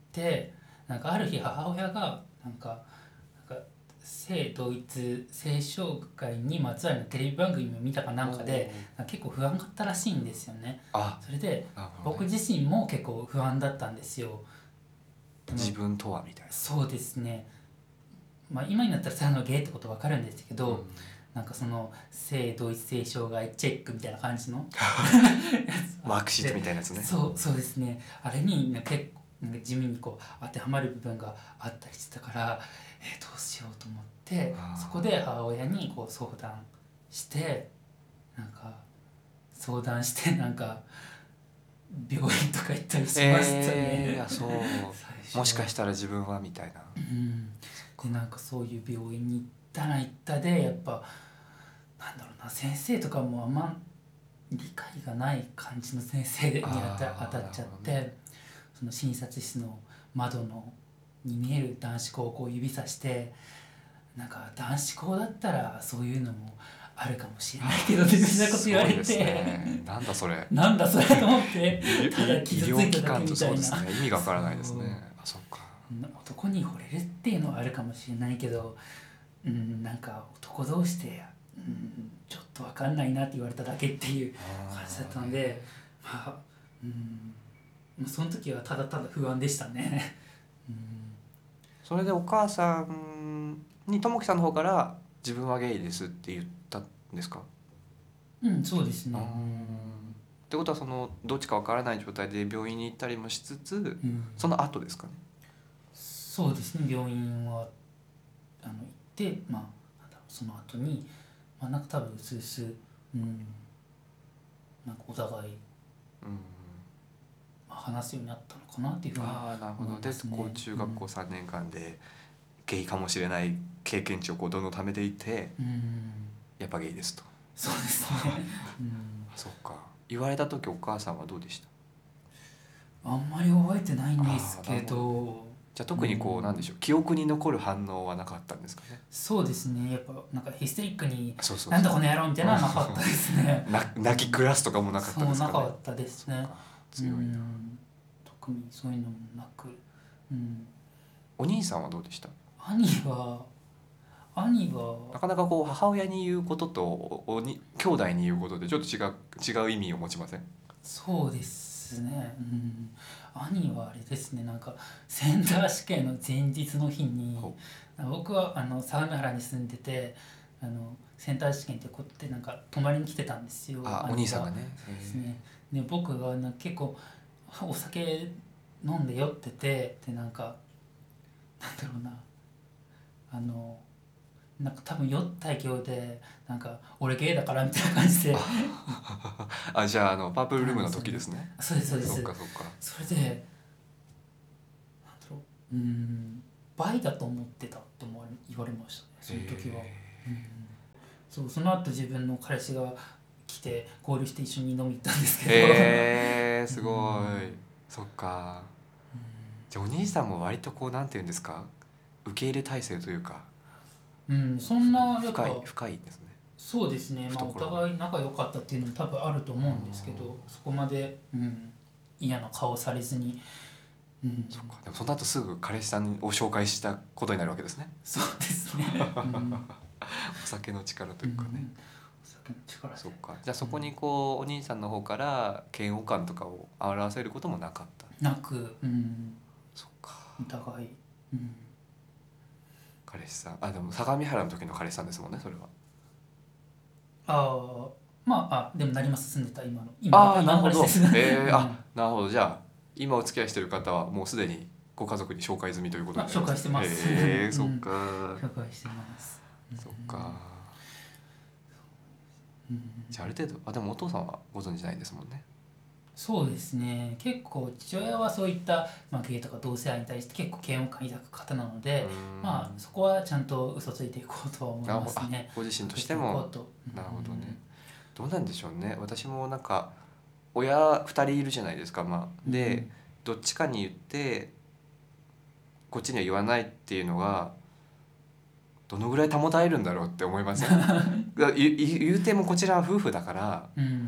Speaker 1: なんかある日母親がなんか性同一性障害にまつわるテレビ番組を見たかなんかで結構不安があったらしいんですよね。それで僕自身も結構不安だったんですよ。
Speaker 2: 自分とはみたいな。
Speaker 1: そうですね、今になったらそのゲイってこと分かるんですけど、なんかその性同一性障害チェックみたいな感じの
Speaker 2: マークシートみたいなやつね。
Speaker 1: そうですね、あれに結構なんか地味にこう当てはまる部分があったりしてたから、どうしようと思ってそこで母親にこう相談してなんか病院とか行ったりしましたね。
Speaker 2: そうもしかしたら自分はみたいな。
Speaker 1: でなんかそういう病院に行ったでやっぱなんだろうな、先生とかもあんま理解がない感じの先生に当たっちゃって、その診察室の窓に見える男子校をこう指さして、なんか男子校だったらそういうのもあるかもしれないけどみたいなこと言われて、
Speaker 2: なんだそれ
Speaker 1: と思ってただ傷ついただけみたいな。
Speaker 2: 意味がわからないですね。そっか。
Speaker 1: 男に惚れるっていうのはあるかもしれないけど、なんか男同士で、ちょっと分かんないなって言われただけっていう感じだったので、その時はただただ不安でしたね
Speaker 2: それでお母さんにともきさんの方から自分はゲイですって言ったんですか？
Speaker 1: そうですね。
Speaker 2: ってことはそのどっちか分からない状態で病院に行ったりもしつつ、その後ですかね？
Speaker 1: そうですね、病院は行って、その後に、なんか多分うすうす、なんかお互い、話すようになったのかたかなっていうふうに
Speaker 2: ああなるほど。で
Speaker 1: 思いますね。
Speaker 2: こう中学校3年間でゲイかもしれない経験値をこうどんどん貯めていってやっぱゲイですと。
Speaker 1: そうですね
Speaker 2: そっか。言われた時お母さんはどうでした？
Speaker 1: あんまり覚えてないんですけど、
Speaker 2: じゃあ特にこうなんでしょう、記憶に残る反応はなかったんですかね。
Speaker 1: そうですね、やっぱなんかヒステリックに
Speaker 2: そうそうそう
Speaker 1: なんだこの野郎みたいなのはなかったですね
Speaker 2: 泣き暮らすとかもなかったですかね。
Speaker 1: そうなかったですね。
Speaker 2: 強いな。
Speaker 1: 特にそういうのもなく、
Speaker 2: お兄さんはどうでした？
Speaker 1: 兄は
Speaker 2: なかなかこう母親に言うことと兄弟に言うことでちょっと違う意味を持ちません？
Speaker 1: そうですね、兄はあれですね、なんかセンター試験の前日の日に僕は相模原に住んでてセンター試験ってこってなんか泊まりに来てたんですよ。
Speaker 2: お兄さんがね。
Speaker 1: そうですね。で僕が結構お酒飲んで酔っててでなんかなんだろうななんか多分酔った勢いでなんか俺ゲイだからみたいな感じで
Speaker 2: じゃあパープルルームの時ですね。
Speaker 1: そうですそうです。
Speaker 2: そっかそっか。
Speaker 1: それでなんだろうバイだと思ってたって言われましたね、その時は。そうその後自分の彼氏が来て合流して一緒に飲み行ったんですけど
Speaker 2: すごい。そっか。じゃあお兄さんも割とこうなんていうんですか、受け入れ体制というか
Speaker 1: そんなやっぱ
Speaker 2: 深いですね。
Speaker 1: そうですね、お互い仲良かったっていうのも多分あると思うんですけど、そこまで、嫌な顔されずに、
Speaker 2: そっか。でもその後すぐ彼氏さんを紹介したことになるわけですね。
Speaker 1: そうですね、
Speaker 2: お酒の力というかね。
Speaker 1: お酒の力で。
Speaker 2: そっか。じゃあそこにこうお兄さんの方から嫌悪感とかを表せることもなかった。
Speaker 1: なく、
Speaker 2: そっか。
Speaker 1: お互い、
Speaker 2: 彼氏さんでも相模原の時の彼氏さんですもんね、それは。
Speaker 1: でもなります住んでた今の
Speaker 2: なるほど。
Speaker 1: 話です
Speaker 2: なるほど。じゃあ今お付き合いしてる方はもうすでにご家族に紹介済みということで。
Speaker 1: 紹介してます。
Speaker 2: そっか。
Speaker 1: 紹介してます。
Speaker 2: そっか。じゃあある程度でもお父さんはご存じないですもんね。
Speaker 1: そうですね、結構父親はそういった、ゲイとか同性愛に対して結構嫌悪感抱く方なので、そこはちゃんと嘘ついていこうとは思いますね。
Speaker 2: ご自身としても。なるほどね。どうなんでしょうね。私もなんか親2人いるじゃないですか。でどっちかに言ってこっちには言わないっていうのがどのぐらい保たれるんだろうって思いません？言うてもこちらは夫婦だから、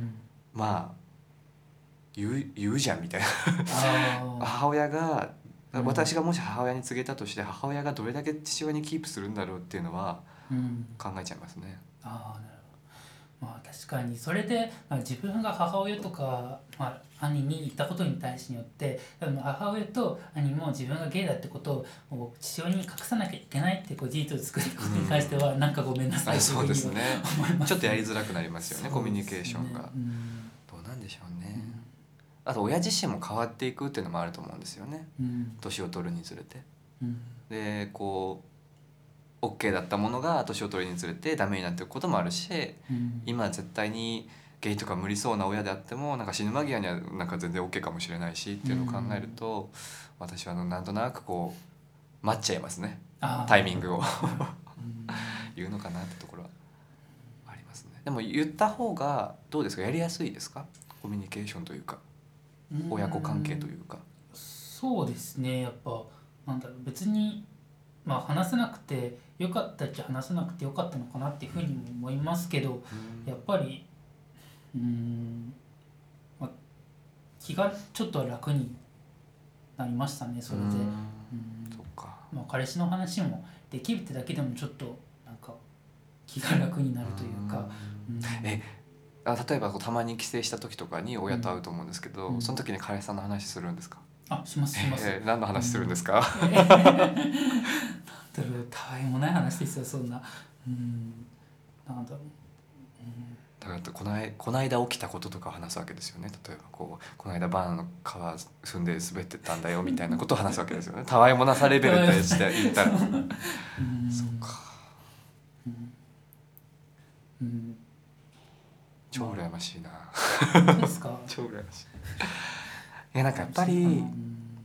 Speaker 2: 言うじゃんみたいな母親が私がもし母親に告げたとして母親がどれだけ父親にキープするんだろうっていうのは考えちゃいますね。
Speaker 1: なるほど。確かにそれで、自分が母親とか、兄に言ったことに対してによって母親と兄も自分がゲイだってことを父親に隠さなきゃいけないって事実を作ったことに関しては、なんかごめんなさいというふうに
Speaker 2: そうですね。
Speaker 1: 思いますね。
Speaker 2: ちょっとやりづらくなりますよね、コミュニケーションが。どうなんでしょうね。あと親自身も変わっていくっていうのもあると思うんですよね。年を取るにつれて。でこう OK だったものが年を取るにつれてダメになっていくこともあるし、今絶対にゲイとか無理そうな親であってもなんか死ぬ間際にはなんか全然 OK かもしれないしっていうのを考えると、私はなんとなくこう待っちゃいますね、タイミングを言うのかなってところはありますね。でも言った方がどうですか、やりやすいですか、コミュニケーションというか親子関係というか。
Speaker 1: そうですね、やっぱ別に話せなくてよかったっちゃ話せなくてよかったのかなっていうふうにも思いますけど、やっぱり気がちょっと楽になりましたね、それで。
Speaker 2: そっか。
Speaker 1: 彼氏の話もできるってだけでもちょっとなんか気が楽になるというか。
Speaker 2: 例えばたまに帰省した時とかに親と会うと思うんですけど、その時に彼氏さんの話するんですか？
Speaker 1: しますします。
Speaker 2: 何の話するんですか？
Speaker 1: たわいもない話ですよ、そんな。なんだろう。
Speaker 2: だからこの間起きたこととか話すわけですよね。例えばこの間バナナの皮踏んで滑ってたんだよみたいなことを話すわけですよね。たわいもなさレベルで言ったらそっか。超羨ましいな。
Speaker 1: そうですか。
Speaker 2: 超羨ましい。なんかやっぱり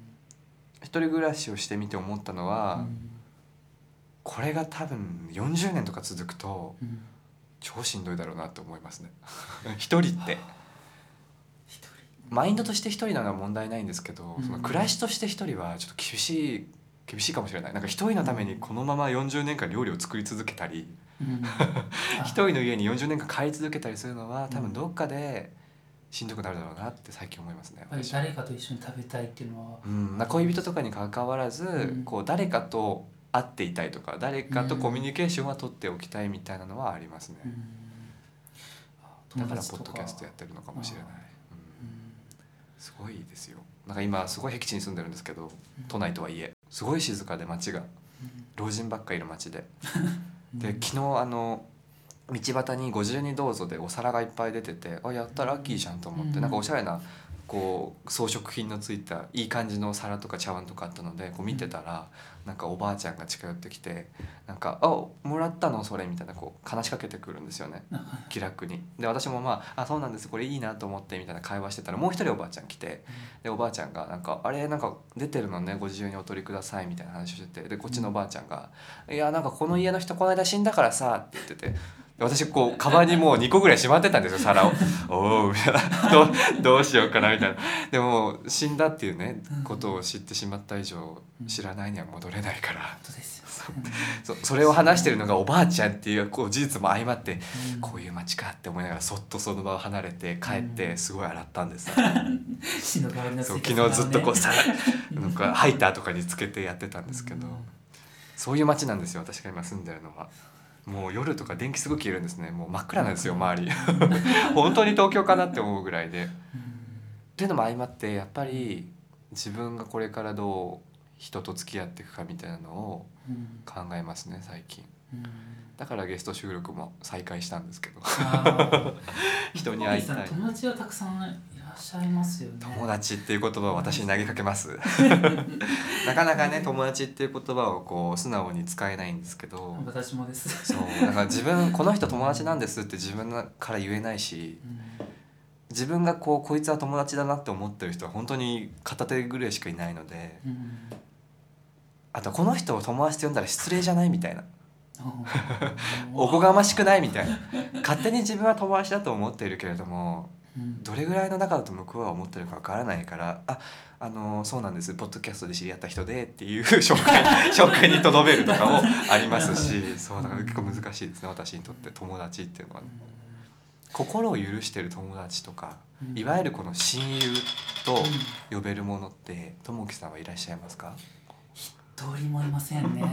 Speaker 2: 一人暮らしをしてみて思ったのは、これが多分40年とか続くと超しんどいだろうなって思いますね一人ってマインドとして一人なのは問題ないんですけど、その暮らしとして一人はちょっと厳しいかもしれない。なんか一人のためにこのまま40年間料理を作り続けたり一人の家に40年間帰り続けたりするのは多分どっかでしんどくなるだろうなって最近思いますね。
Speaker 1: やっぱり誰かと一緒に食べたいっていうの
Speaker 2: な
Speaker 1: は、
Speaker 2: 恋人とかに関わらず、こう誰かと会っていたいとか誰かとコミュニケーションは取っておきたいみたいなのはありますね。だからポッドキャストやってるのかもしれない。すごいですよ。なんか今すごい僻地に住んでるんですけど、都内とはいえすごい静かで街が老人ばっかいる街でで昨日道端にご自由にどうぞでお皿がいっぱい出てて、やったらラッキーじゃんと思って、なんかおしゃれなこう装飾品のついたいい感じの皿とか茶碗とかあったのでこう見てたら、なんかおばあちゃんが近寄ってきて、なんかもらったのそれみたいなこう話しかけてくるんですよね、気楽に。で私もそうなんです、これいいなと思ってみたいな会話してたら、もう一人おばあちゃん来て、でおばあちゃんがなんかなんか出てるのね、ご自由にお取りくださいみたいな話をしてて、でこっちのおばあちゃんがいやなんかこの家の人この間死んだからさって言ってて、私こうカバンにもう2個ぐらいしまってたんですよ皿をおうみたいなどうしようかなみたいな。でも死んだっていうねことを知ってしまった以上知らないには戻れないから、それを話してるのがおばあちゃんっていうこう事実も相まって、こういう街かって思いながらそっとその場を離れて帰ってすごい洗ったんですそう昨日ずっとこうなんかハイターとかにつけてやってたんですけど、そういう街なんですよ私が今住んでるのは。もう夜とか電気すぐ消えるんですね。もう真っ暗なんですよ周り本当に東京かなって思うぐらいで、っていうのも相まってやっぱり自分がこれからどう人と付き合っていくかみたいなのを考えますね最近。だからゲスト収録も再開したんですけど人に会いたい。
Speaker 1: 友達はたくさんいらっしゃいますよね。
Speaker 2: 友達っていう言葉を私に投げかけますなかなかね友達っていう言葉をこう素直に使えないんですけど、
Speaker 1: 私もです。
Speaker 2: そうだから自分この人友達なんですって自分から言えないし、自分がこいつは友達だなって思ってる人は本当に片手ぐらいしかいないので、あとこの人を友達と呼んだら失礼じゃないみたいなおこがましくないみたいな、勝手に自分は友達だと思っているけれども、どれぐらいの中だと向こうは思ってるかわからないから、そうなんですポッドキャストで知り合った人でっていう紹介にとどめるとかもありますしそうだから結構難しいですね私にとって友達っていうのは、ね、心を許してる友達とか、いわゆるこの親友と呼べるものってともきさんはいらっしゃいますか？
Speaker 1: 一人もいませんね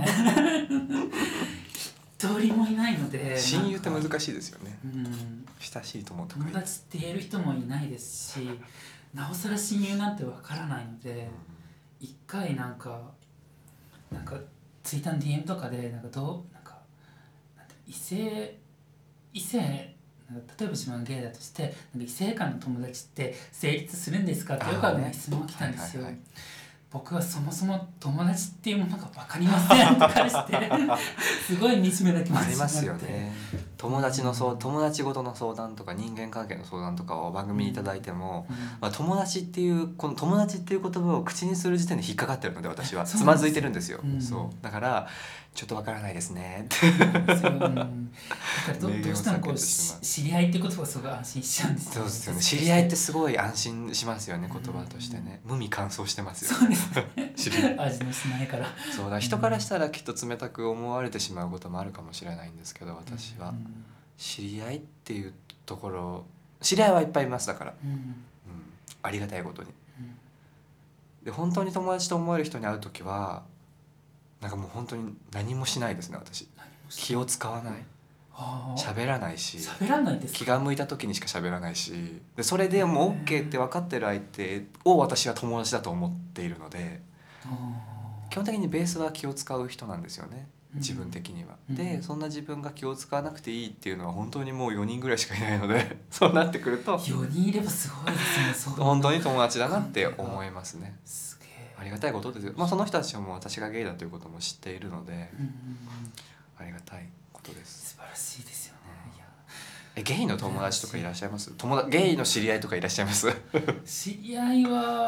Speaker 1: 一人もいないので、
Speaker 2: 親友って難しいですよね、親しい友とか
Speaker 1: 友達って言える人もいないですし、なおさら親友なんてわからないので、一回なんかツイッターの DM とかでなんか異性なんか例えば自分がゲイだとしてなんか異性間の友達って成立するんですかってよく質問が来たんですよ。僕はそもそも友達っていうものが分かりませんとかしてすごい惨めな気持ちになって。
Speaker 2: ありますよね。友達ごとの相談とか人間関係の相談とかを番組にいただいても、友達っていうこの友達っていう言葉を口にする時点で引っかかってるので私はつまずいてるんですよ。そうだからちょっとわからないですねって
Speaker 1: どうしてもこう知り合いって言葉がすごい安心しちゃうんですよね。
Speaker 2: そうですよね。知り合いってすごい安心しますよね、言葉としてね。無味乾燥してますよね。
Speaker 1: そうですね味のしないから。
Speaker 2: そうだ、人からしたらきっと冷たく思われてしまうこともあるかもしれないんですけど、私は知り合いっていうところ、知り合いはいっぱいいますだから、ありがたいことに、で本当に友達と思える人に会う時はなんかもう本当に何もしないですね。私気を使わない、喋らないし、気が向いた時にしか喋らないし、でそれでもう OK って分かってる相手を私は友達だと思っているので、基本的にベースは気を使う人なんですよね、自分的には。でそんな自分が気を使わなくていいっていうのは本当にもう4人ぐらいしかいないのでそうなってくると
Speaker 1: 4人いればすごいですね。
Speaker 2: 本当に友達だなって思いますね。ありがたいことですよ。その人たちも私がゲイだということも知っているので、ありがたいことです。
Speaker 1: 素晴らしいですよね。
Speaker 2: ゲイの友達とかいらっしゃいます？ゲイの知り合いとかいらっしゃいます？
Speaker 1: 知り合いは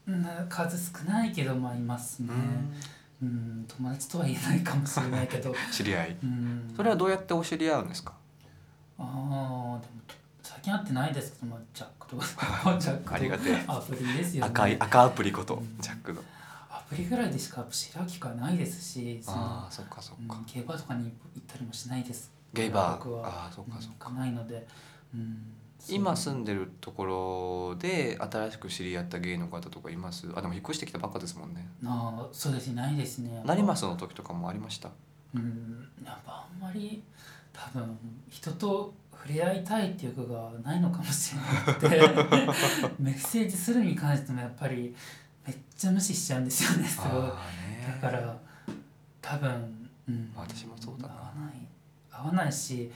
Speaker 1: 数少ないけどまあいますね。友達とは言えないかもしれないけど
Speaker 2: 知り合い、それはどうやってお知り合うんですか？
Speaker 1: でも最近会ってないですけど、まあ、ジャックとかジャックと
Speaker 2: ありがてえ
Speaker 1: アプリですよね。
Speaker 2: 赤アプリこと、ジャックの
Speaker 1: アプリぐらいでしか知り合う機会ないですし、
Speaker 2: そっかそっか、
Speaker 1: ゲイバーとかに行ったりもしないです。
Speaker 2: ゲイバー
Speaker 1: 僕は
Speaker 2: そっかそっか、
Speaker 1: ないので、
Speaker 2: 今住んでるところで新しく知り合ったゲイの方とかいます？でも引っ越してきたばっかですもんね。
Speaker 1: そうですね、ないですね。
Speaker 2: 成増の時とかもありました？
Speaker 1: やっぱあんまり多分人と触れ合いたいっていう欲がないのかもしれなくてメッセージするに関してもやっぱりめっちゃ無視しちゃうんですよね、すごい。だから多分、
Speaker 2: 私もそうだな、
Speaker 1: 合わないし、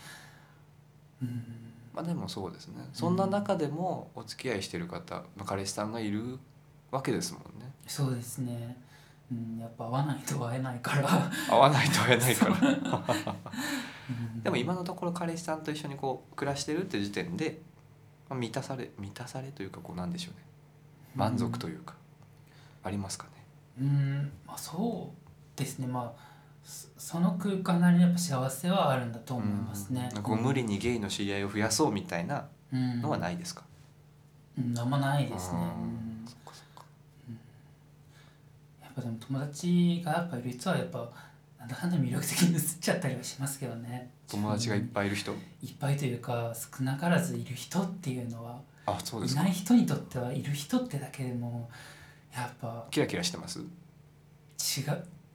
Speaker 2: でもそうですね、そんな中でもお付き合いしてる方、彼氏さんがいるわけですもんね。
Speaker 1: そうですね、やっぱ合わないと会えないから
Speaker 2: 合わないと会えないからでも今のところ彼氏さんと一緒にこう暮らしてるって時点で、満たされというか、こうなんでしょうね、満足というか、ありますかね。
Speaker 1: そうですね、その空間なりにやっぱ幸せはあるんだと思いますね。
Speaker 2: こう無理にゲイの知り合いを増やそうみたいなのはないですか？
Speaker 1: あんまないですね。
Speaker 2: そっかそっか。
Speaker 1: やっぱでも友達がやっぱいる人はやっぱなんだかんだ魅力的に映っちゃったりはしますけどね。
Speaker 2: 友達がいっぱいいる人、
Speaker 1: いっぱいというか少なからずいる人っていうのは、
Speaker 2: そうですか。
Speaker 1: いない人にとってはいる人ってだけでもやっぱ
Speaker 2: キラキラしてます？
Speaker 1: 羨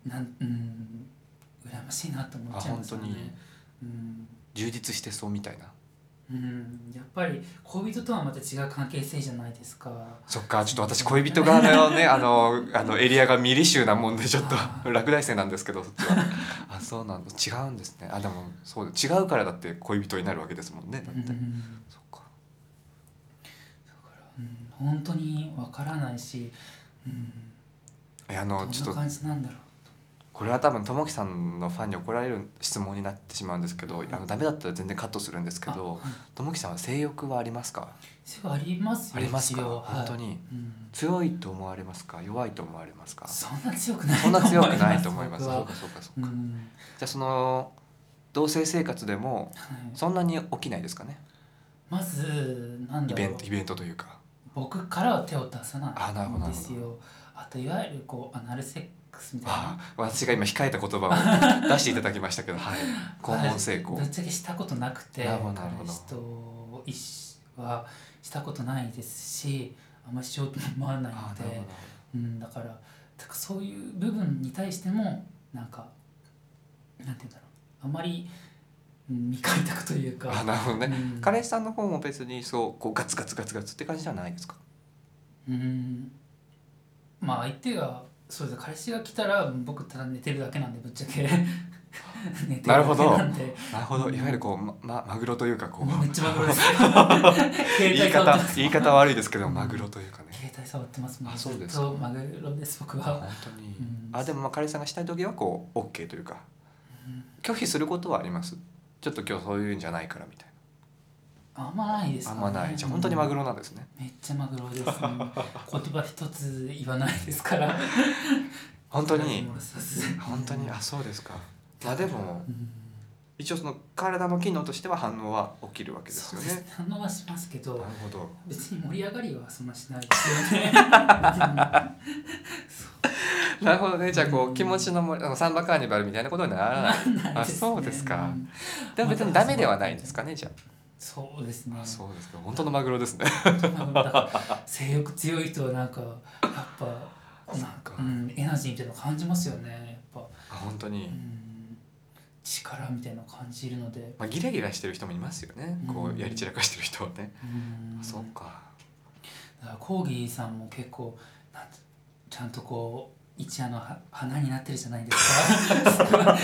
Speaker 1: ましいなと思っちゃいますよね。
Speaker 2: 本当に、充実してそうみたいな。
Speaker 1: やっぱり恋人とはまた違う関係性じゃないですか。
Speaker 2: そっか、ちょっと私恋人側のねエリアがミリ州なもんでちょっと落第生なんですけど、そっちはそうなんだ、違うんですね。でもそう違うからだって恋人になるわけですもんね、だって、そっか。
Speaker 1: だから、本当にわからないし、どんな感じなんだろう。
Speaker 2: これは多分ともきさんのファンに怒られる質問になってしまうんですけど、ダメだったら全然カットするんですけど、ともきさんは性欲はありますか？
Speaker 1: 性欲ありますよ。
Speaker 2: ありますか？本当に、強いと思われますか？弱いと思われますか？そんな強くないと思います。そうか。じゃあその同棲生活でもそんなに起きないですかね？
Speaker 1: まずなんだろう、
Speaker 2: イベントというか、
Speaker 1: 僕からは手を出さないんですよ。あといわゆるアナルセックスみたいな、
Speaker 2: 私が今控えた言葉を出していただきましたけど、肛門性交、
Speaker 1: ぶっちゃけしたことなくて、彼氏とはしたことないですし、あんまりしようとも思わないので、だからそういう部分に対してもなんて言うんだろう、あんまり未開拓というか。
Speaker 2: なるほどね。彼氏さんの方も別にこうガツガツって感じじゃないですか？
Speaker 1: 相手がそうです。彼氏が来たら僕ただ寝てるだけなんで、ぶっちゃけ寝てるだけなんで。
Speaker 2: なるほど。いわゆるマグロというか
Speaker 1: めっちゃマグロです
Speaker 2: 言い方悪いですけど、マグロというかね。
Speaker 1: 携帯触ってますもん。
Speaker 2: そうです
Speaker 1: ずっとマグロです僕は。
Speaker 2: 本当に。でも彼氏さんがしたい時はこう OK というか、拒否することはあります？ちょっと今日そういうんじゃないからみたいな。
Speaker 1: あんまないですかね。
Speaker 2: あんまない。じゃあ本当にマグロなんですね。
Speaker 1: めっちゃマグロですね。言葉一つ言わないですから
Speaker 2: 本当にそうですか。でも一応その体の機能としては反応は起きるわけですよね。
Speaker 1: 反応はしますけど、
Speaker 2: なるほど。
Speaker 1: 別に盛り上がりはそんなしないですよね
Speaker 2: なるほどね。じゃあこう気持ちのサンバカーニバルみたいなことにならない。そうですか。でも別にダメではないんですかね、じゃあ。
Speaker 1: そうですね。
Speaker 2: そうですか。本当のマグロですね。
Speaker 1: だから性欲強い人はやっぱエナジーみたいなの感じますよね、やっぱ。
Speaker 2: 本当に。
Speaker 1: 力みたいなの感じるので。
Speaker 2: ギラギラしてる人もいますよね。こうやり散らかしてる人はね。そうか。
Speaker 1: だからコーギーさんも結構ちゃんと一夜の花になってるじゃないですか。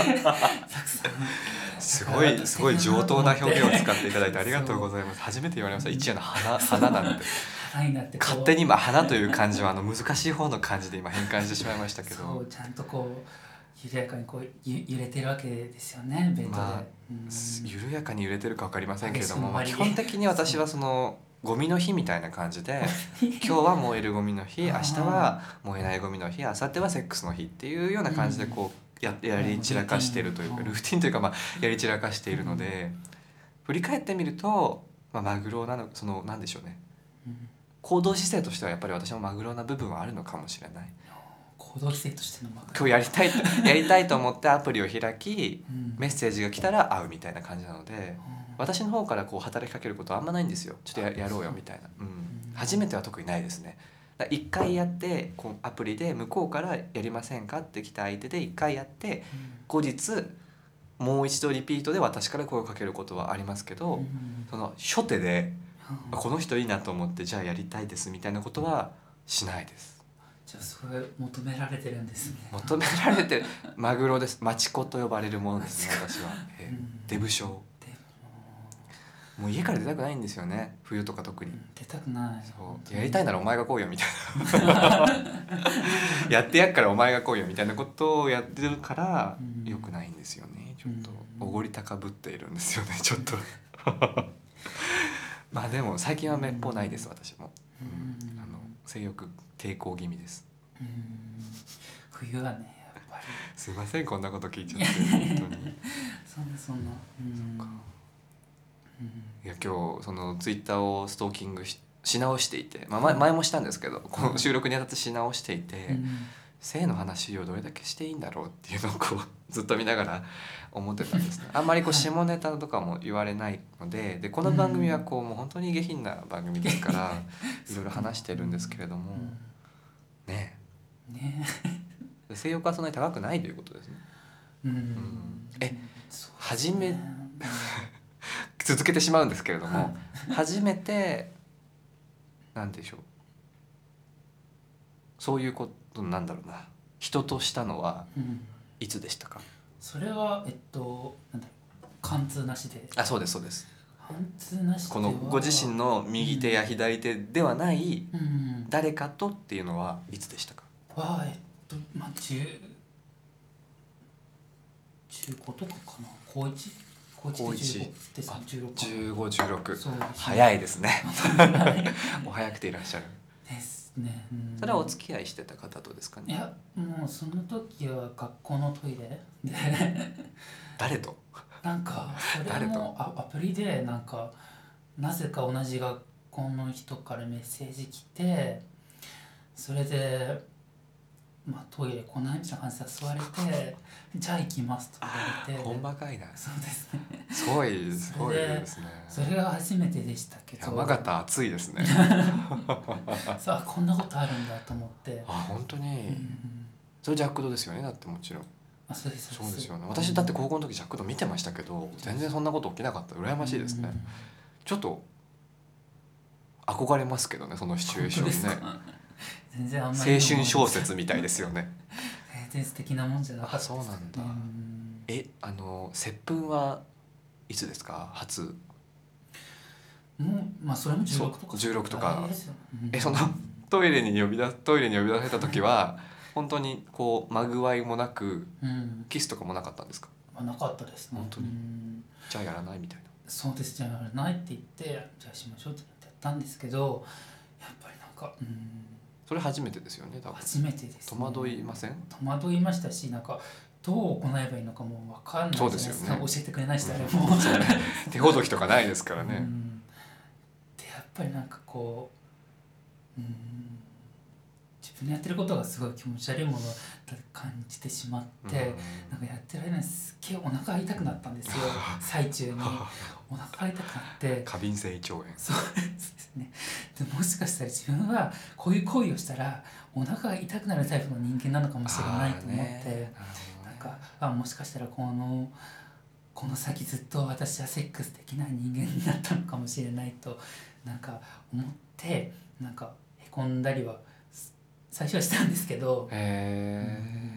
Speaker 2: すごい上等な表現を使っていただいてありがとうございます。初めて言われました。一夜の花なんて。勝手に今花という漢字は難しい方の漢字で今変換してしまいましたけど。
Speaker 1: そう、ちゃんと緩やかに揺れてるわけですよね、ベッドで。
Speaker 2: 緩やかに揺れてるか分かりませんけれども、基本的に私はゴミの日みたいな感じで今日は燃えるゴミの日、明日は燃えないゴミの日、明後日はセックスの日っていうような感じでこうやり散らかしているというか、ルーティンというか、まあやり散らかしているので、振り返ってみると、まあ、マグロなのそのなんでしょうね、行動姿勢としてはやっぱり私もマグロな部分はあるのかもしれない。
Speaker 1: 行動姿勢としてのマグロ、
Speaker 2: 今日やりたいと思ってアプリを開き、メッセージが来たら会うみたいな感じなので、私の方からこう働きかけることはあんまないんですよ。ちょっと やろうよみたいな、初めては特にないですね。1回やってこうアプリで向こうからやりませんかって来た相手で1回やって後日もう一度リピートで私から声をかけることはありますけど、その初手でこの人いいなと思ってじゃあやりたいですみたいなことはしないです。
Speaker 1: じゃあそれ求められてるんですね。
Speaker 2: 求められてるマグロです。マチコと呼ばれるものですね私は、デブ症。もう家から出たくないんですよね、冬とか特に、
Speaker 1: 出たくない。
Speaker 2: そうやりたいならお前が来いよみたいなやってやっからお前が来いよみたいなことをやってるから良くないんですよね。ちょっとおごり高ぶっているんですよねちょっとまあでも最近はめっぽうないです私も、性欲抵抗気味です。
Speaker 1: 冬はねやっぱり
Speaker 2: すいませんこんなこと聞いちゃって本当に
Speaker 1: そんな
Speaker 2: いや今日そのツイッターをストーキングし直していて、まあ、前もしたんですけどこの収録にあたってし直していて、性の話をどれだけしていいんだろうっていうのをこうずっと見ながら思ってたんですね。あんまりこう下ネタとかも言われないので、この番組はこうもう本当に下品な番組ですからいろいろ話してるんですけれども、ねえ性欲はそんなに高くないということですね。初め続けてしまうんですけれども、初めてなんでしょう、そういうことなんだろうな、人としたのはいつでしたか？
Speaker 1: それはなんだろう、貫通なしで。
Speaker 2: あ、そうですそうです。
Speaker 1: 貫通なしでは
Speaker 2: このご自身の右手や左手ではない誰かとっていうのはいつでしたか？
Speaker 1: はまあ中高とかかな、高1ですね。
Speaker 2: 15、16、早いですねお早くていらっしゃる
Speaker 1: ですね。
Speaker 2: それはお付き合いしてた方とですかね？
Speaker 1: いやもうその時は学校のトイレで
Speaker 2: 誰と？
Speaker 1: なんかそれもアプリでなんかなぜか同じ学校の人からメッセージ来て、それでまあ、トイレ来ないみたいな感じで誘われてじゃあ行きますと言われて。
Speaker 2: ほんまかいな。
Speaker 1: そうですね。
Speaker 2: すごいですね。
Speaker 1: それが初めてでしたけど、
Speaker 2: 山形暑いですね
Speaker 1: さあこんなことあるんだと思って。
Speaker 2: 本当に、それジャックドですよね。だってもちろん
Speaker 1: そうです
Speaker 2: よね。私だって高校の時ジャックド見てましたけど全然そんなこと起きなかった。羨ましいですね。ちょっと憧れますけどね、そのシチュエーションね
Speaker 1: 全然あんまり
Speaker 2: 青春小説みたいですよね
Speaker 1: 全然素敵なもんじゃなかったです。
Speaker 2: そうなんだ。接吻はいつですか？初。
Speaker 1: まあそれも16とか
Speaker 2: 16とか、そのトイレに呼び出された時は本当にこうまぐわいもなく、キスとかもなかったんですか？
Speaker 1: なかったですね。
Speaker 2: 本当に。じゃあやらないみたいな。
Speaker 1: そうです、じゃあやらないって言ってじゃあしましょうってやったんですけど、やっぱりなんか
Speaker 2: それ初めてですよね多分。
Speaker 1: 初めてです、
Speaker 2: 戸惑いません？
Speaker 1: 戸惑いましたし、なんかどう行えばいいのかも分かんないじゃないですか。教えてくれないし誰も
Speaker 2: 手ほどきとかないですからね。
Speaker 1: でやっぱりなんかこう自分のやってることがすごい気持ち悪いものだと感じてしまって、なんかやってる間にすっげえお腹痛くなったんですよ最中にお腹痛くなって
Speaker 2: 過敏性胃腸炎。
Speaker 1: そうですね。でもしかしたら自分はこういう行為をしたらお腹が痛くなるタイプの人間なのかもしれないと思って、なんかもしかしたらこの先ずっと私はセックスできない人間になったのかもしれないとなんか思って、なんかへこんだりは最初はしたんですけど、で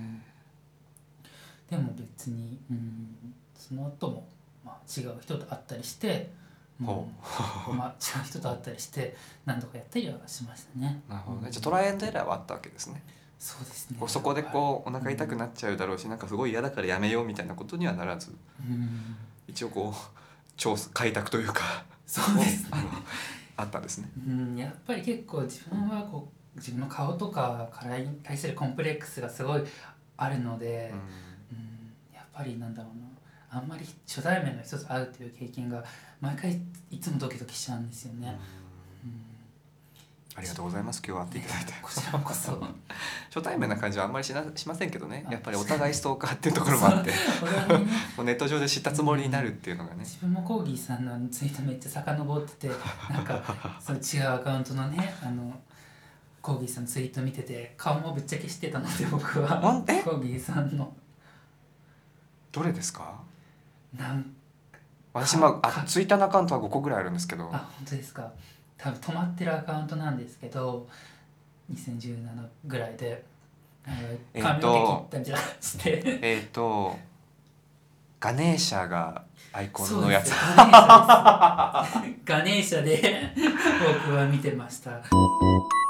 Speaker 1: も別にその後も違う人と会ったりして、違う人と会ったりして何度かやったりはしましたね。
Speaker 2: なるほどね。じゃあトライアンドエラーはあったわけですね。
Speaker 1: そうですね。
Speaker 2: そこでこうお腹痛くなっちゃうだろうし、なんかすごい嫌だからやめようみたいなことにはならず、一応こう開拓というか
Speaker 1: そうですね
Speaker 2: あったんですね。
Speaker 1: やっぱり結構自分は自分の顔とかからに対するコンプレックスがすごいあるので、やっぱりなんだろうな、あんまり初対面の人と会うという経験が毎回いつもドキドキしちゃうんですよね。
Speaker 2: ありがとうございます。今日会っていただいて。
Speaker 1: こちらこそ
Speaker 2: 初対面な感じはあんまりしませんけどね。やっぱりお互いストーカーっていうところもあってもうネット上で知ったつもりになるっていうのがね。
Speaker 1: 自分もコーギーさんのツイートめっちゃ遡ってて、なんかそう違うアカウントのねコーギーさんのツイート見てて顔もぶっちゃけしてたので、僕はコーギーさんの
Speaker 2: どれですか？
Speaker 1: なん
Speaker 2: 私もツイッターのアカウントは5個ぐらいあるんですけど。
Speaker 1: 本当ですか。多分止まってるアカウントなんですけど、2017ぐらいで髪の毛切ったんじゃなくて
Speaker 2: ガネーシャがアイコンのやつ。
Speaker 1: ガネーシャで僕は見てました。